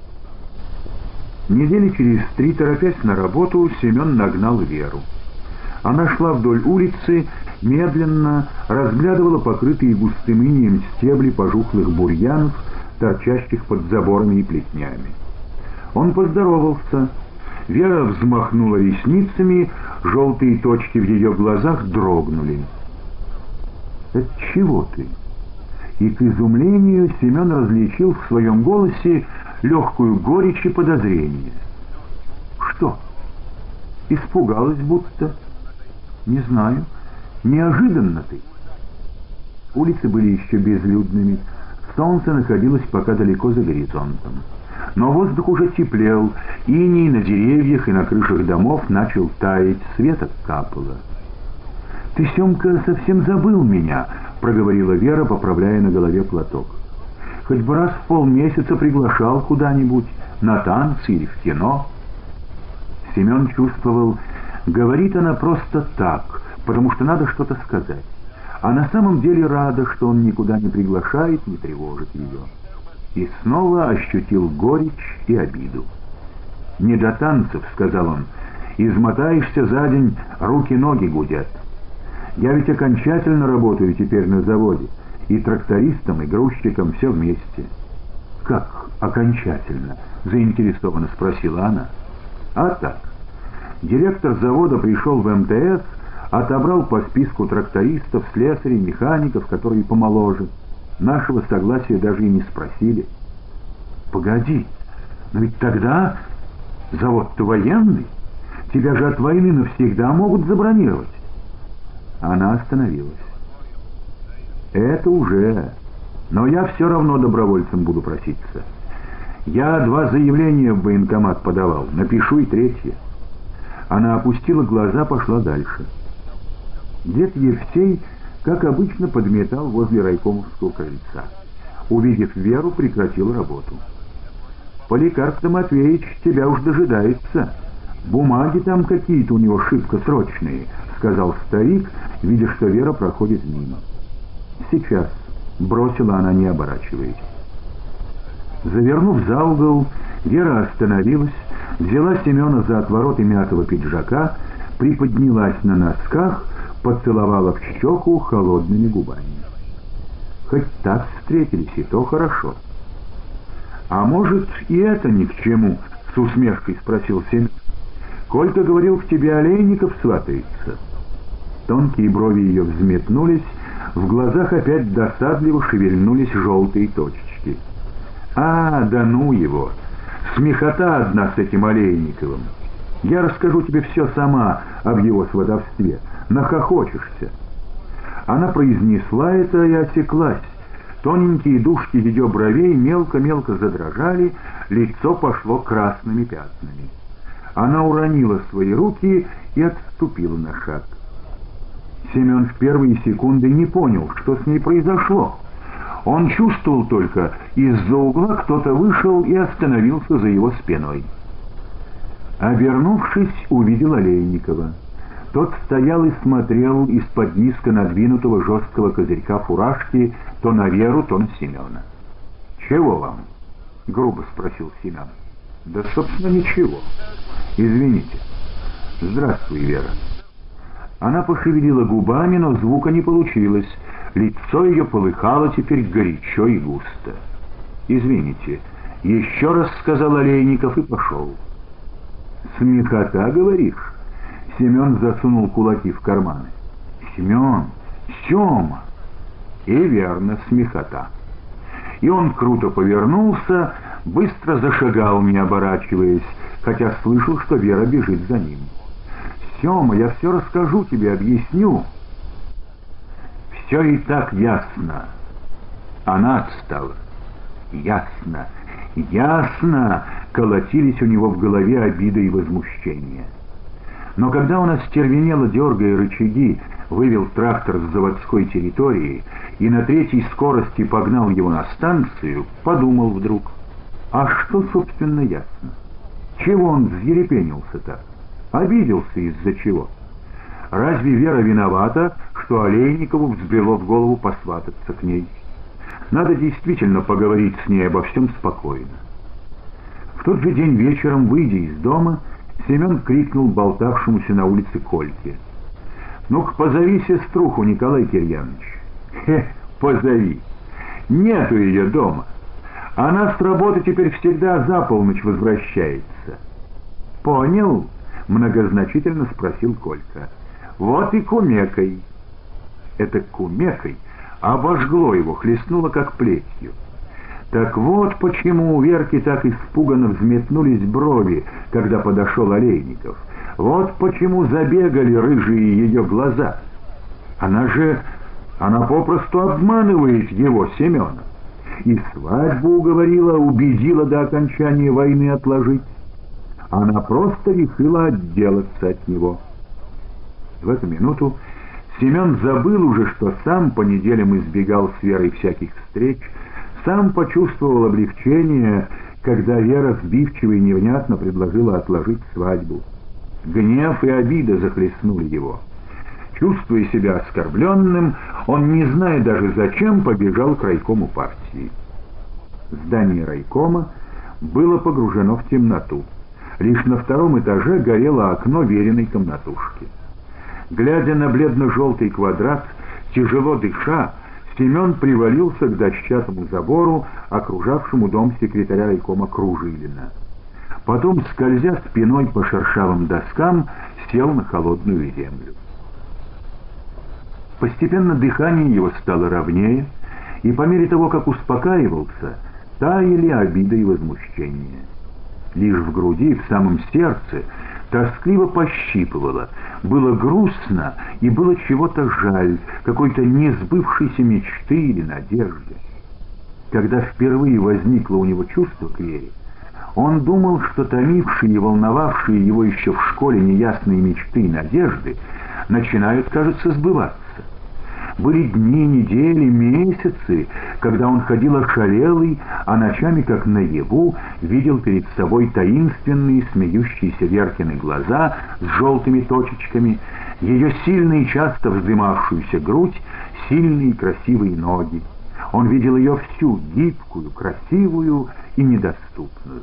Недели через три, торопясь на работу, Семен нагнал Веру. Она шла вдоль улицы, медленно разглядывала покрытые густым инеем стебли пожухлых бурьянов, торчащих под заборами и плетнями. Он поздоровался. Вера взмахнула ресницами, желтые точки в ее глазах дрогнули. «Отчего ты?» И к изумлению Семен различил в своем голосе легкую горечь и подозрение. «Что? Испугалась будто?» «Не знаю. Неожиданно ты». Улицы были еще безлюдными. Солнце находилось пока далеко за горизонтом. Но воздух уже теплел, иней на деревьях и на крышах домов начал таять, света капало. «Ты, Семка, совсем забыл меня», — проговорила Вера, поправляя на голове платок. «Хоть бы раз в полмесяца приглашал куда-нибудь, на танцы или в кино». Семен чувствовал, говорит она просто так, потому что надо что-то сказать, а на самом деле рада, что он никуда не приглашает, не тревожит ее. И снова ощутил горечь и обиду. «Не до танцев», — сказал он, — «измотаешься за день, руки-ноги гудят. Я ведь окончательно работаю теперь на заводе, и трактористом, и грузчиком все вместе». «Как окончательно?» — заинтересованно спросила она. «А так. Директор завода пришел в эм тэ эс, отобрал по списку трактористов, слесарей, механиков, которые помоложе. Нашего согласия даже и не спросили». «Погоди, но ведь тогда завод-то военный, тебя же от войны навсегда могут забронировать». Она остановилась. «Это уже, но я все равно добровольцем буду проситься. Я два заявления в военкомат подавал, напишу и третье». Она опустила глаза, пошла дальше. Дед Евсей, как обычно, подметал возле райкомовского крыльца. Увидев Веру, прекратил работу. «Поликарп Тимофеич тебя уж дожидается. Бумаги там какие-то у него шибко срочные», — сказал старик, видя, что Вера проходит мимо. «Сейчас», — бросила она, не оборачиваясь. Завернув за угол, Вера остановилась, взяла Семена за отвороты мятого пиджака, приподнялась на носках, поцеловала в щеку холодными губами. «Хоть так встретились, и то хорошо». «А может, и это ни к чему?» — с усмешкой спросил Семен. «Колька говорил, к тебе Олейников сватается». Тонкие брови ее взметнулись, в глазах опять досадливо шевельнулись желтые точечки. «А, да ну его! Смехота одна с этим Олейниковым! Я расскажу тебе все сама об его сватовстве. Нахохочешься». Она произнесла это и осеклась. Тоненькие дужки ее бровей мелко-мелко задрожали, лицо пошло красными пятнами. Она уронила свои руки и отступила на шаг. Семен в первые секунды не понял, что с ней произошло. Он чувствовал только, из-за угла кто-то вышел и остановился за его спиной. Обернувшись, увидел Олейникова. Тот стоял и смотрел из-под низко надвинутого жесткого козырька фуражки то на Веру, то на Семена. «Чего вам?» — грубо спросил Семен. «Да, собственно, ничего. Извините». «Здравствуй, Вера». Она пошевелила губами, но звука не получилось. Лицо ее полыхало теперь горячо и густо. «Извините», — еще раз сказал Олейников и пошел. «Смехота, говоришь?» Семен засунул кулаки в карманы. «Семен! Сема!» И верно, смехота. И он круто повернулся, быстро зашагал, не оборачиваясь, хотя слышал, что Вера бежит за ним. «Сема, я все расскажу тебе, объясню». Все и так ясно. Она отстала. Ясно, ясно, колотились у него в голове обида и возмущение. Но когда он остервенело, дергая рычаги, вывел трактор с заводской территории и на третьей скорости погнал его на станцию, подумал вдруг, а что, собственно, ясно? Чего он взъерепенился так? Обиделся из-за чего? Разве Вера виновата, что Олейникову взбрело в голову посвататься к ней? Надо действительно поговорить с ней обо всем спокойно. В тот же день вечером, выйдя из дома, Семен крикнул болтавшемуся на улице Кольке: «Ну-ка, позови сеструху, Николай Кирьянович». «Хе, позови. Нету ее дома. Она с работы теперь всегда за полночь возвращается». «Понял?» — многозначительно спросил Колька. «Вот и кумекой». Это кумекой обожгло его, хлестнуло как плетью. Так вот почему у Верки так испуганно взметнулись брови, когда подошел Олейников. Вот почему забегали рыжие ее глаза. Она же... она попросту обманывает его, Семена. И свадьбу уговорила, убедила до окончания войны отложить. Она просто решила отделаться от него. В эту минуту Семен забыл уже, что сам по неделям избегал с Верой всяких встреч, сам почувствовал облегчение, когда Вера сбивчиво и невнятно предложила отложить свадьбу. Гнев и обида захлестнули его. Чувствуя себя оскорбленным, он, не зная даже зачем, побежал к райкому партии. Здание райкома было погружено в темноту. Лишь на втором этаже горело окно Вериной комнатушки. Глядя на бледно-желтый квадрат, тяжело дыша, Семен привалился к дощатому забору, окружавшему дом секретаря райкома Кружилина. Потом, скользя спиной по шершавым доскам, сел на холодную землю. Постепенно дыхание его стало ровнее, и по мере того, как успокаивался, таяли обида и возмущение. Лишь в груди, в самом сердце, тоскливо пощипывало, было грустно и было чего-то жаль, какой-то несбывшейся мечты или надежды. Когда впервые возникло у него чувство к Вере, он думал, что томившие и волновавшие его еще в школе неясные мечты и надежды начинают, кажется, сбываться. Были дни, недели, месяцы, когда он ходил ошалелый, а ночами, как наяву, видел перед собой таинственные смеющиеся Веркины глаза с желтыми точечками, ее сильные и часто вздымавшуюся грудь, сильные и красивые ноги. Он видел ее всю, гибкую, красивую и недоступную.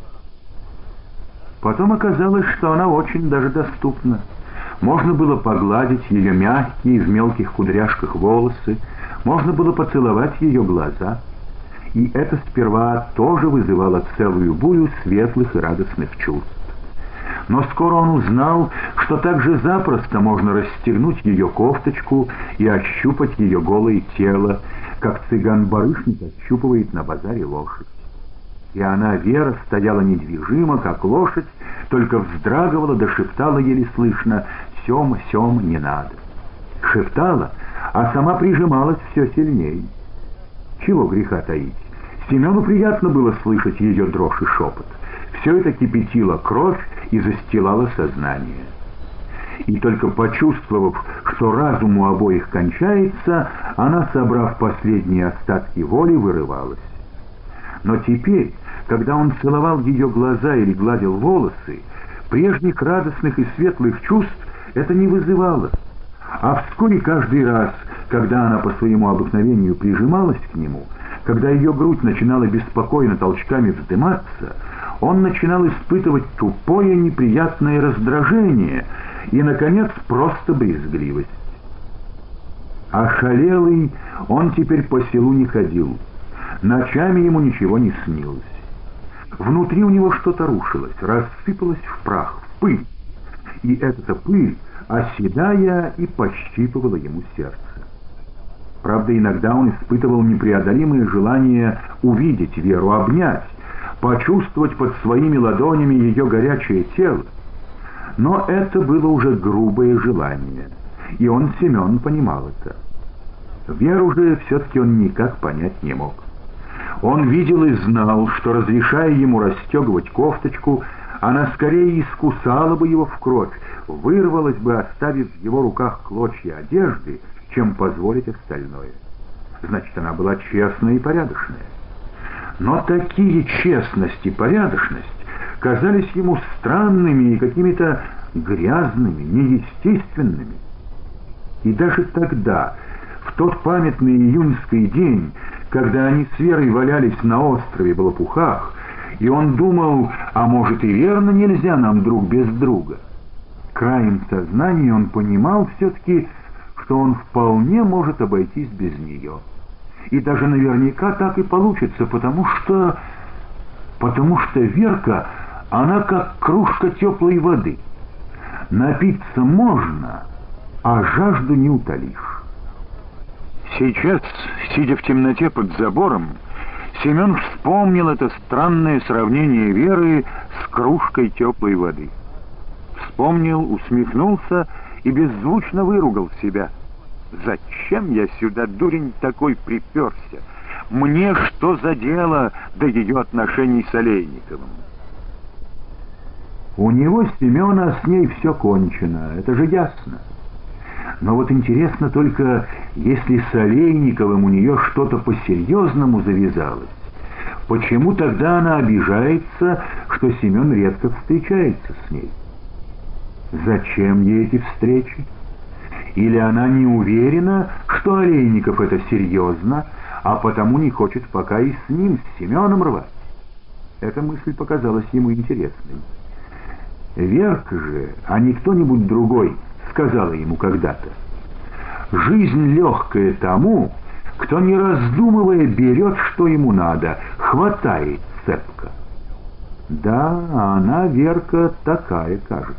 Потом оказалось, что она очень даже доступна. Можно было погладить ее мягкие в мелких кудряшках волосы, можно было поцеловать ее глаза. И это сперва тоже вызывало целую бурю светлых и радостных чувств. Но скоро он узнал, что так же запросто можно расстегнуть ее кофточку и ощупать ее голое тело, как цыган-барышник ощупывает на базаре лошадь. И она, Вера, стояла недвижимо, как лошадь, только вздрагивала да шептала еле слышно: «Сема, Сема, не надо». Шептала, а сама прижималась все сильней. Чего греха таить? Семену приятно было слышать ее дрожь и шепот. Все это кипятило кровь и застилало сознание. И только почувствовав, что разум у обоих кончается, она, собрав последние остатки воли, вырывалась. Но теперь, когда он целовал ее глаза или гладил волосы, прежних радостных и светлых чувств это не вызывало. А вскоре каждый раз, когда она по своему обыкновению прижималась к нему, когда ее грудь начинала беспокойно толчками вздыматься, он начинал испытывать тупое неприятное раздражение и, наконец, просто брезгливость. Ошалелый, он теперь по селу не ходил. Ночами ему ничего не снилось. Внутри у него что-то рушилось, рассыпалось в прах, в пыль. И эта пыль, оседая, и пощипывала ему сердце. Правда, иногда он испытывал непреодолимое желание увидеть Веру, обнять, почувствовать под своими ладонями ее горячее тело. Но это было уже грубое желание, и он, Семен, понимал это. Веру же все-таки он никак понять не мог. Он видел и знал, что, разрешая ему расстегивать кофточку, она скорее искусала бы его в кровь, вырвалась бы, оставив в его руках клочья одежды, чем позволить остальное. Значит, она была честная и порядочная. Но такие честность и порядочность казались ему странными и какими-то грязными, неестественными. И даже тогда, в тот памятный июньский день, когда они с Верой валялись на острове в лопухах, и он думал, а может и верно нельзя нам друг без друга, краем сознания он понимал все-таки, что он вполне может обойтись без нее. И даже наверняка так и получится, потому что... потому что Верка, она как кружка теплой воды. Напиться можно, а жажду не утолишь. Сейчас, сидя в темноте под забором, Семен вспомнил это странное сравнение Веры с кружкой теплой воды. Вспомнил, усмехнулся и беззвучно выругал себя. «Зачем я сюда, дурень такой, приперся? Мне что за дело до ее отношений с Олейниковым?» У него, Семена, с ней все кончено, это же ясно. Но вот интересно только, если с Олейниковым у нее что-то по-серьезному завязалось, почему тогда она обижается, что Семен редко встречается с ней? Зачем ей эти встречи? Или она не уверена, что Олейников это серьезно, а потому не хочет пока и с ним, с Семеном, рвать? Эта мысль показалась ему интересной. Верка же, а не кто-нибудь другой, сказала ему когда-то: «Жизнь легкая тому, кто, не раздумывая, берет, что ему надо, хватает цепко». Да, она, Верка, такая, кажется.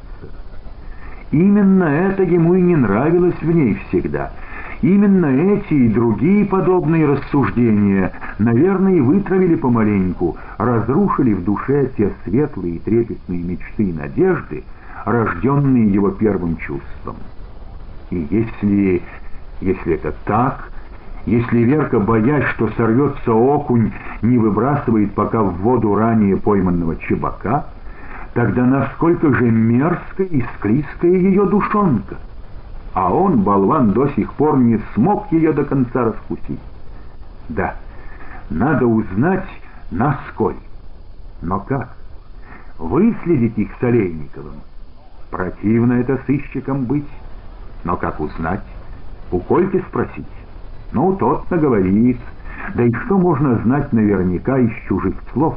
Именно это ему и не нравилось в ней всегда. Именно эти и другие подобные рассуждения, наверное, и вытравили помаленьку, разрушили в душе те светлые и трепетные мечты и надежды, рожденные его первым чувством. И если, если это так, если Верка, боясь, что сорвется окунь, не выбрасывает пока в воду ранее пойманного чебака, тогда насколько же мерзкая и склизкая ее душонка! А он, болван, до сих пор не смог ее до конца раскусить. Да, надо узнать, насколько. Но как? Выследить их с Олейниковым? Противно это сыщиком быть. Но как узнать? У Кольки спросить? Ну, тот наговорит. Да и что можно знать наверняка из чужих слов?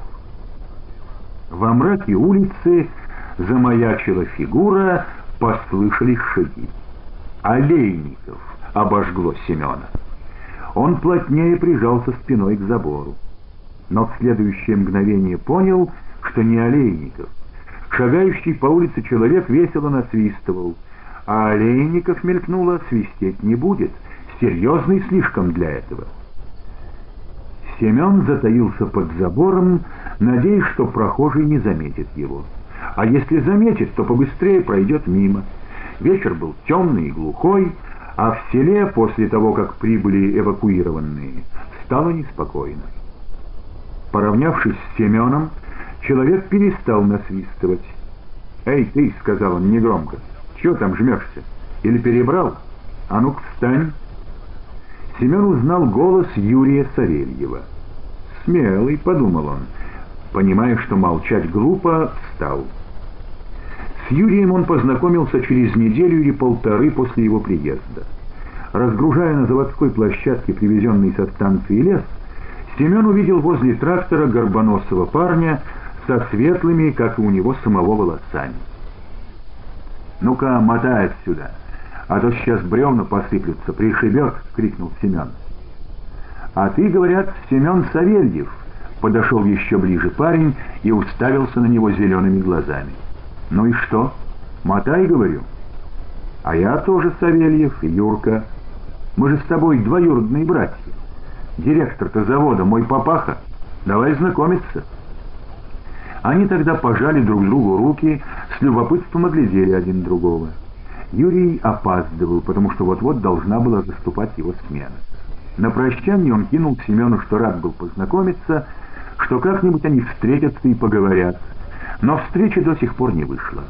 Во мраке улицы замаячила фигура, послышались шаги. Олейников обожгло Семена. Он плотнее прижался спиной к забору. Но в следующее мгновение понял, что не Олейников. Шагающий по улице человек весело насвистывал, а Олейников, мелькнуло, свистеть не будет, серьезный слишком для этого. Семен затаился под забором, надеясь, что прохожий не заметит его. А если заметит, то побыстрее пройдет мимо. Вечер был темный и глухой, а в селе, после того, как прибыли эвакуированные, стало неспокойно. Поравнявшись с Семеном, человек перестал насвистывать. «Эй, ты!» — сказал он негромко. «Чего там жмешься? Или перебрал? А ну-ка, встань!» Семен узнал голос Юрия Савельева. «Смелый», — подумал он, понимая, что молчать глупо, встал. С Юрием он познакомился через неделю или полторы после его приезда. Разгружая на заводской площадке привезенный со станции лес, Семен увидел возле трактора горбоносого парня со светлыми, как и у него самого, волосами. «Ну-ка, мотай отсюда, а то сейчас бревна посыплются, пришибет!» — крикнул Семен. «А ты, говорят, Семен Савельев!» — подошел еще ближе парень и уставился на него зелеными глазами. «Ну и что? Мотай, говорю. А я тоже Савельев, Юрка. Мы же с тобой двоюродные братья. Директор-то завода мой папаха. Давай знакомиться». Они тогда пожали друг другу руки, с любопытством оглядели один другого. Юрий опаздывал, потому что вот-вот должна была заступать его смена. На прощание он кинул Семену, что рад был познакомиться, что как-нибудь они встретятся и поговорят, но встреча до сих пор не вышла.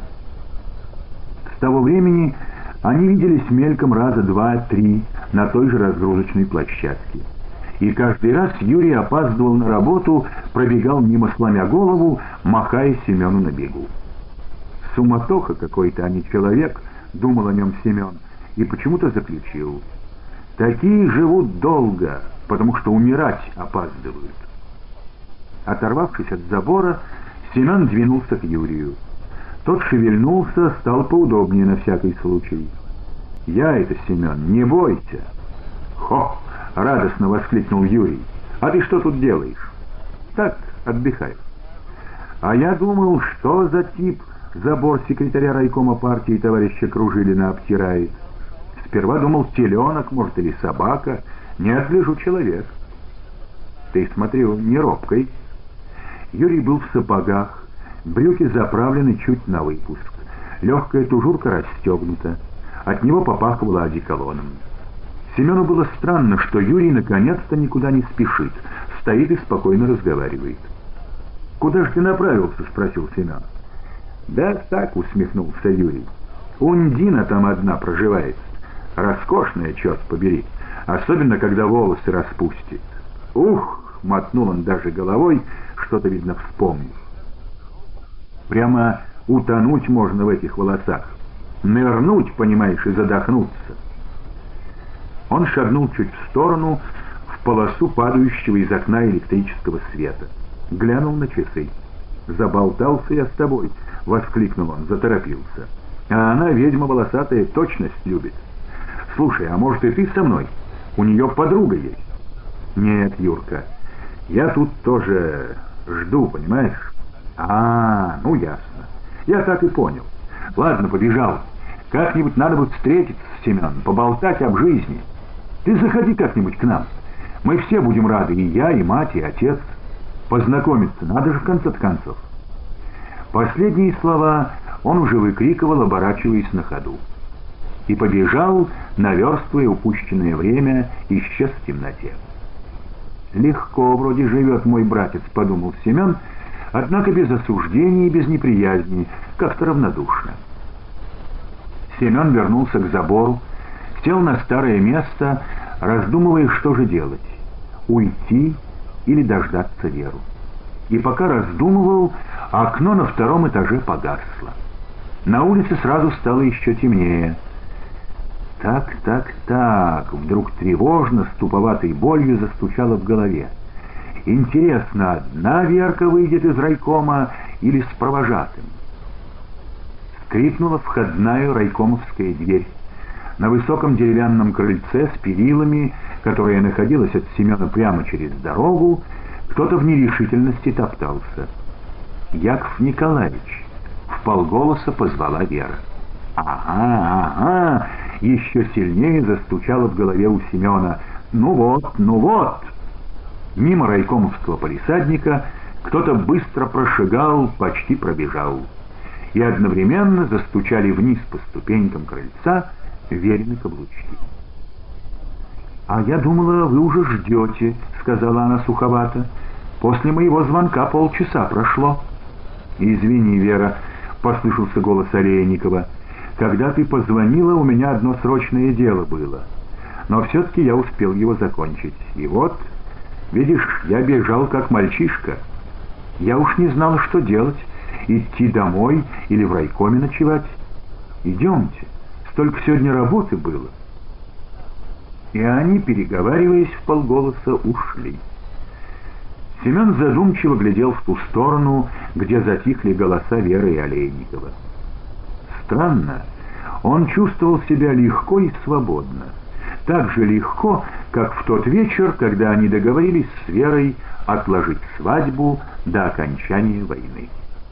С того времени они виделись мельком раза два-три на той же разгрузочной площадке. И каждый раз Юрий опаздывал на работу, пробегал мимо, сломя голову, махая Семену на бегу. «Суматоха какой-то, а не человек», — думал о нем Семен, и почему-то заключил: «Такие живут долго, потому что умирать опаздывают». Оторвавшись от забора, Семен двинулся к Юрию. Тот шевельнулся, стал поудобнее на всякий случай. «Я это, Семен, не бойся!» «Хо!» — радостно воскликнул Юрий. «А ты что тут делаешь?» «Так, отдыхаю». «А я думал, что за тип забор секретаря райкома партии товарища Кружилина обтирает. Сперва думал, теленок, может, или собака. Нет, гляжу, человек». «Ты, смотрю, не робкой». Юрий был в сапогах, брюки заправлены чуть на выпуск, легкая тужурка расстегнута, от него попахивало одеколоном. Семену было странно, что Юрий наконец-то никуда не спешит, стоит и спокойно разговаривает. «Куда же ты направился?» — спросил Семен. «Да так», — усмехнулся Юрий. «Ундина там одна проживает. Роскошная, черт побери, особенно когда волосы распустит. Ух!» — мотнул он даже головой, что-то, видно, вспомнив. «Прямо утонуть можно в этих волосах. Нырнуть, понимаешь, и задохнуться». Он шагнул чуть в сторону, в полосу падающего из окна электрического света. Глянул на часы. «Заболтался я с тобой», — воскликнул он, заторопился. «А она, ведьма волосатая, точность любит. Слушай, а может и ты со мной? У нее подруга есть». «Нет, Юрка, я тут тоже жду, понимаешь?» «А, ну ясно. Я так и понял. Ладно, побежал. Как-нибудь надо будет встретиться, Семен, поболтать об жизни. Ты заходи как-нибудь к нам. Мы все будем рады, и я, и мать, и отец. Познакомиться надо же в конце концов». Последние слова он уже выкрикивал, оборачиваясь на ходу. И побежал, наверстывая упущенное время, исчез в темноте. «Легко вроде живет мой братец», — подумал Семен, однако без осуждения и без неприязни, как-то равнодушно. Семен вернулся к забору, сел на старое место, раздумывая, что же делать — уйти или дождаться Веру. И пока раздумывал, окно на втором этаже погасло. На улице сразу стало еще темнее. Так, так, так, вдруг тревожно, с туповатой болью застучало в голове. Интересно, одна Верка выйдет из райкома или с провожатым? Скрипнула входная райкомовская дверь. На высоком деревянном крыльце с перилами, которое находилось от Семена прямо через дорогу, кто-то в нерешительности топтался. «Яков Николаевич!» — вполголоса позвала Вера. «Ага, ага!» — еще сильнее застучало в голове у Семена. «Ну вот, ну вот!» Мимо райкомовского палисадника кто-то быстро прошагал, почти пробежал. И одновременно застучали вниз по ступенькам крыльца Верины каблучки. «А я думала, вы уже ждете», — сказала она суховато. «После моего звонка полчаса прошло». «Извини, Вера», — послышался голос Олейникова. «Когда ты позвонила, у меня одно срочное дело было. Но все-таки я успел его закончить. И вот, видишь, я бежал как мальчишка. Я уж не знала, что делать. Идти домой или в райкоме ночевать. Идемте, столько сегодня работы было». И они, переговариваясь вполголоса, ушли. Семен задумчиво глядел в ту сторону, где затихли голоса Веры и Олейникова. Странно, он чувствовал себя легко и свободно. Так же легко, как в тот вечер, когда они договорились с Верой отложить свадьбу до окончания войны.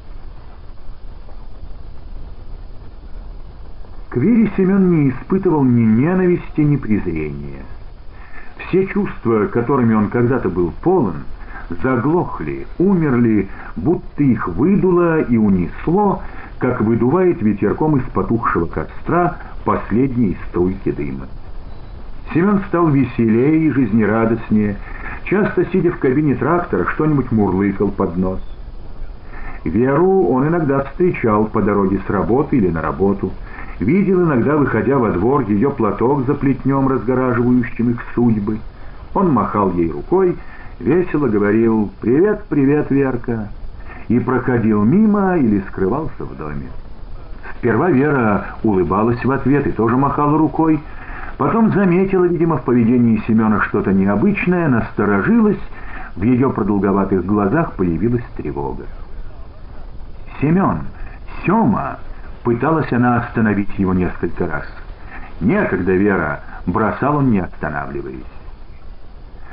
К Вере Семен не испытывал ни ненависти, ни презрения. Все чувства, которыми он когда-то был полон, заглохли, умерли, будто их выдуло и унесло, как выдувает ветерком из потухшего костра последние струйки дыма. Семен стал веселее и жизнерадостнее, часто, сидя в кабине трактора, что-нибудь мурлыкал под нос. Веру он иногда встречал по дороге с работы или на работу, видел иногда, выходя во двор, ее платок за плетнем, разгораживающим их судьбы. Он махал ей рукой, весело говорил «Привет, привет, Верка!» и проходил мимо или скрывался в доме. Сперва Вера улыбалась в ответ и тоже махала рукой, потом заметила, видимо, в поведении Семена что-то необычное, насторожилась, в ее продолговатых глазах появилась тревога. «Семен! Сема!» — пыталась она остановить его несколько раз. «Некогда, Вера!» — бросал он, не останавливаясь.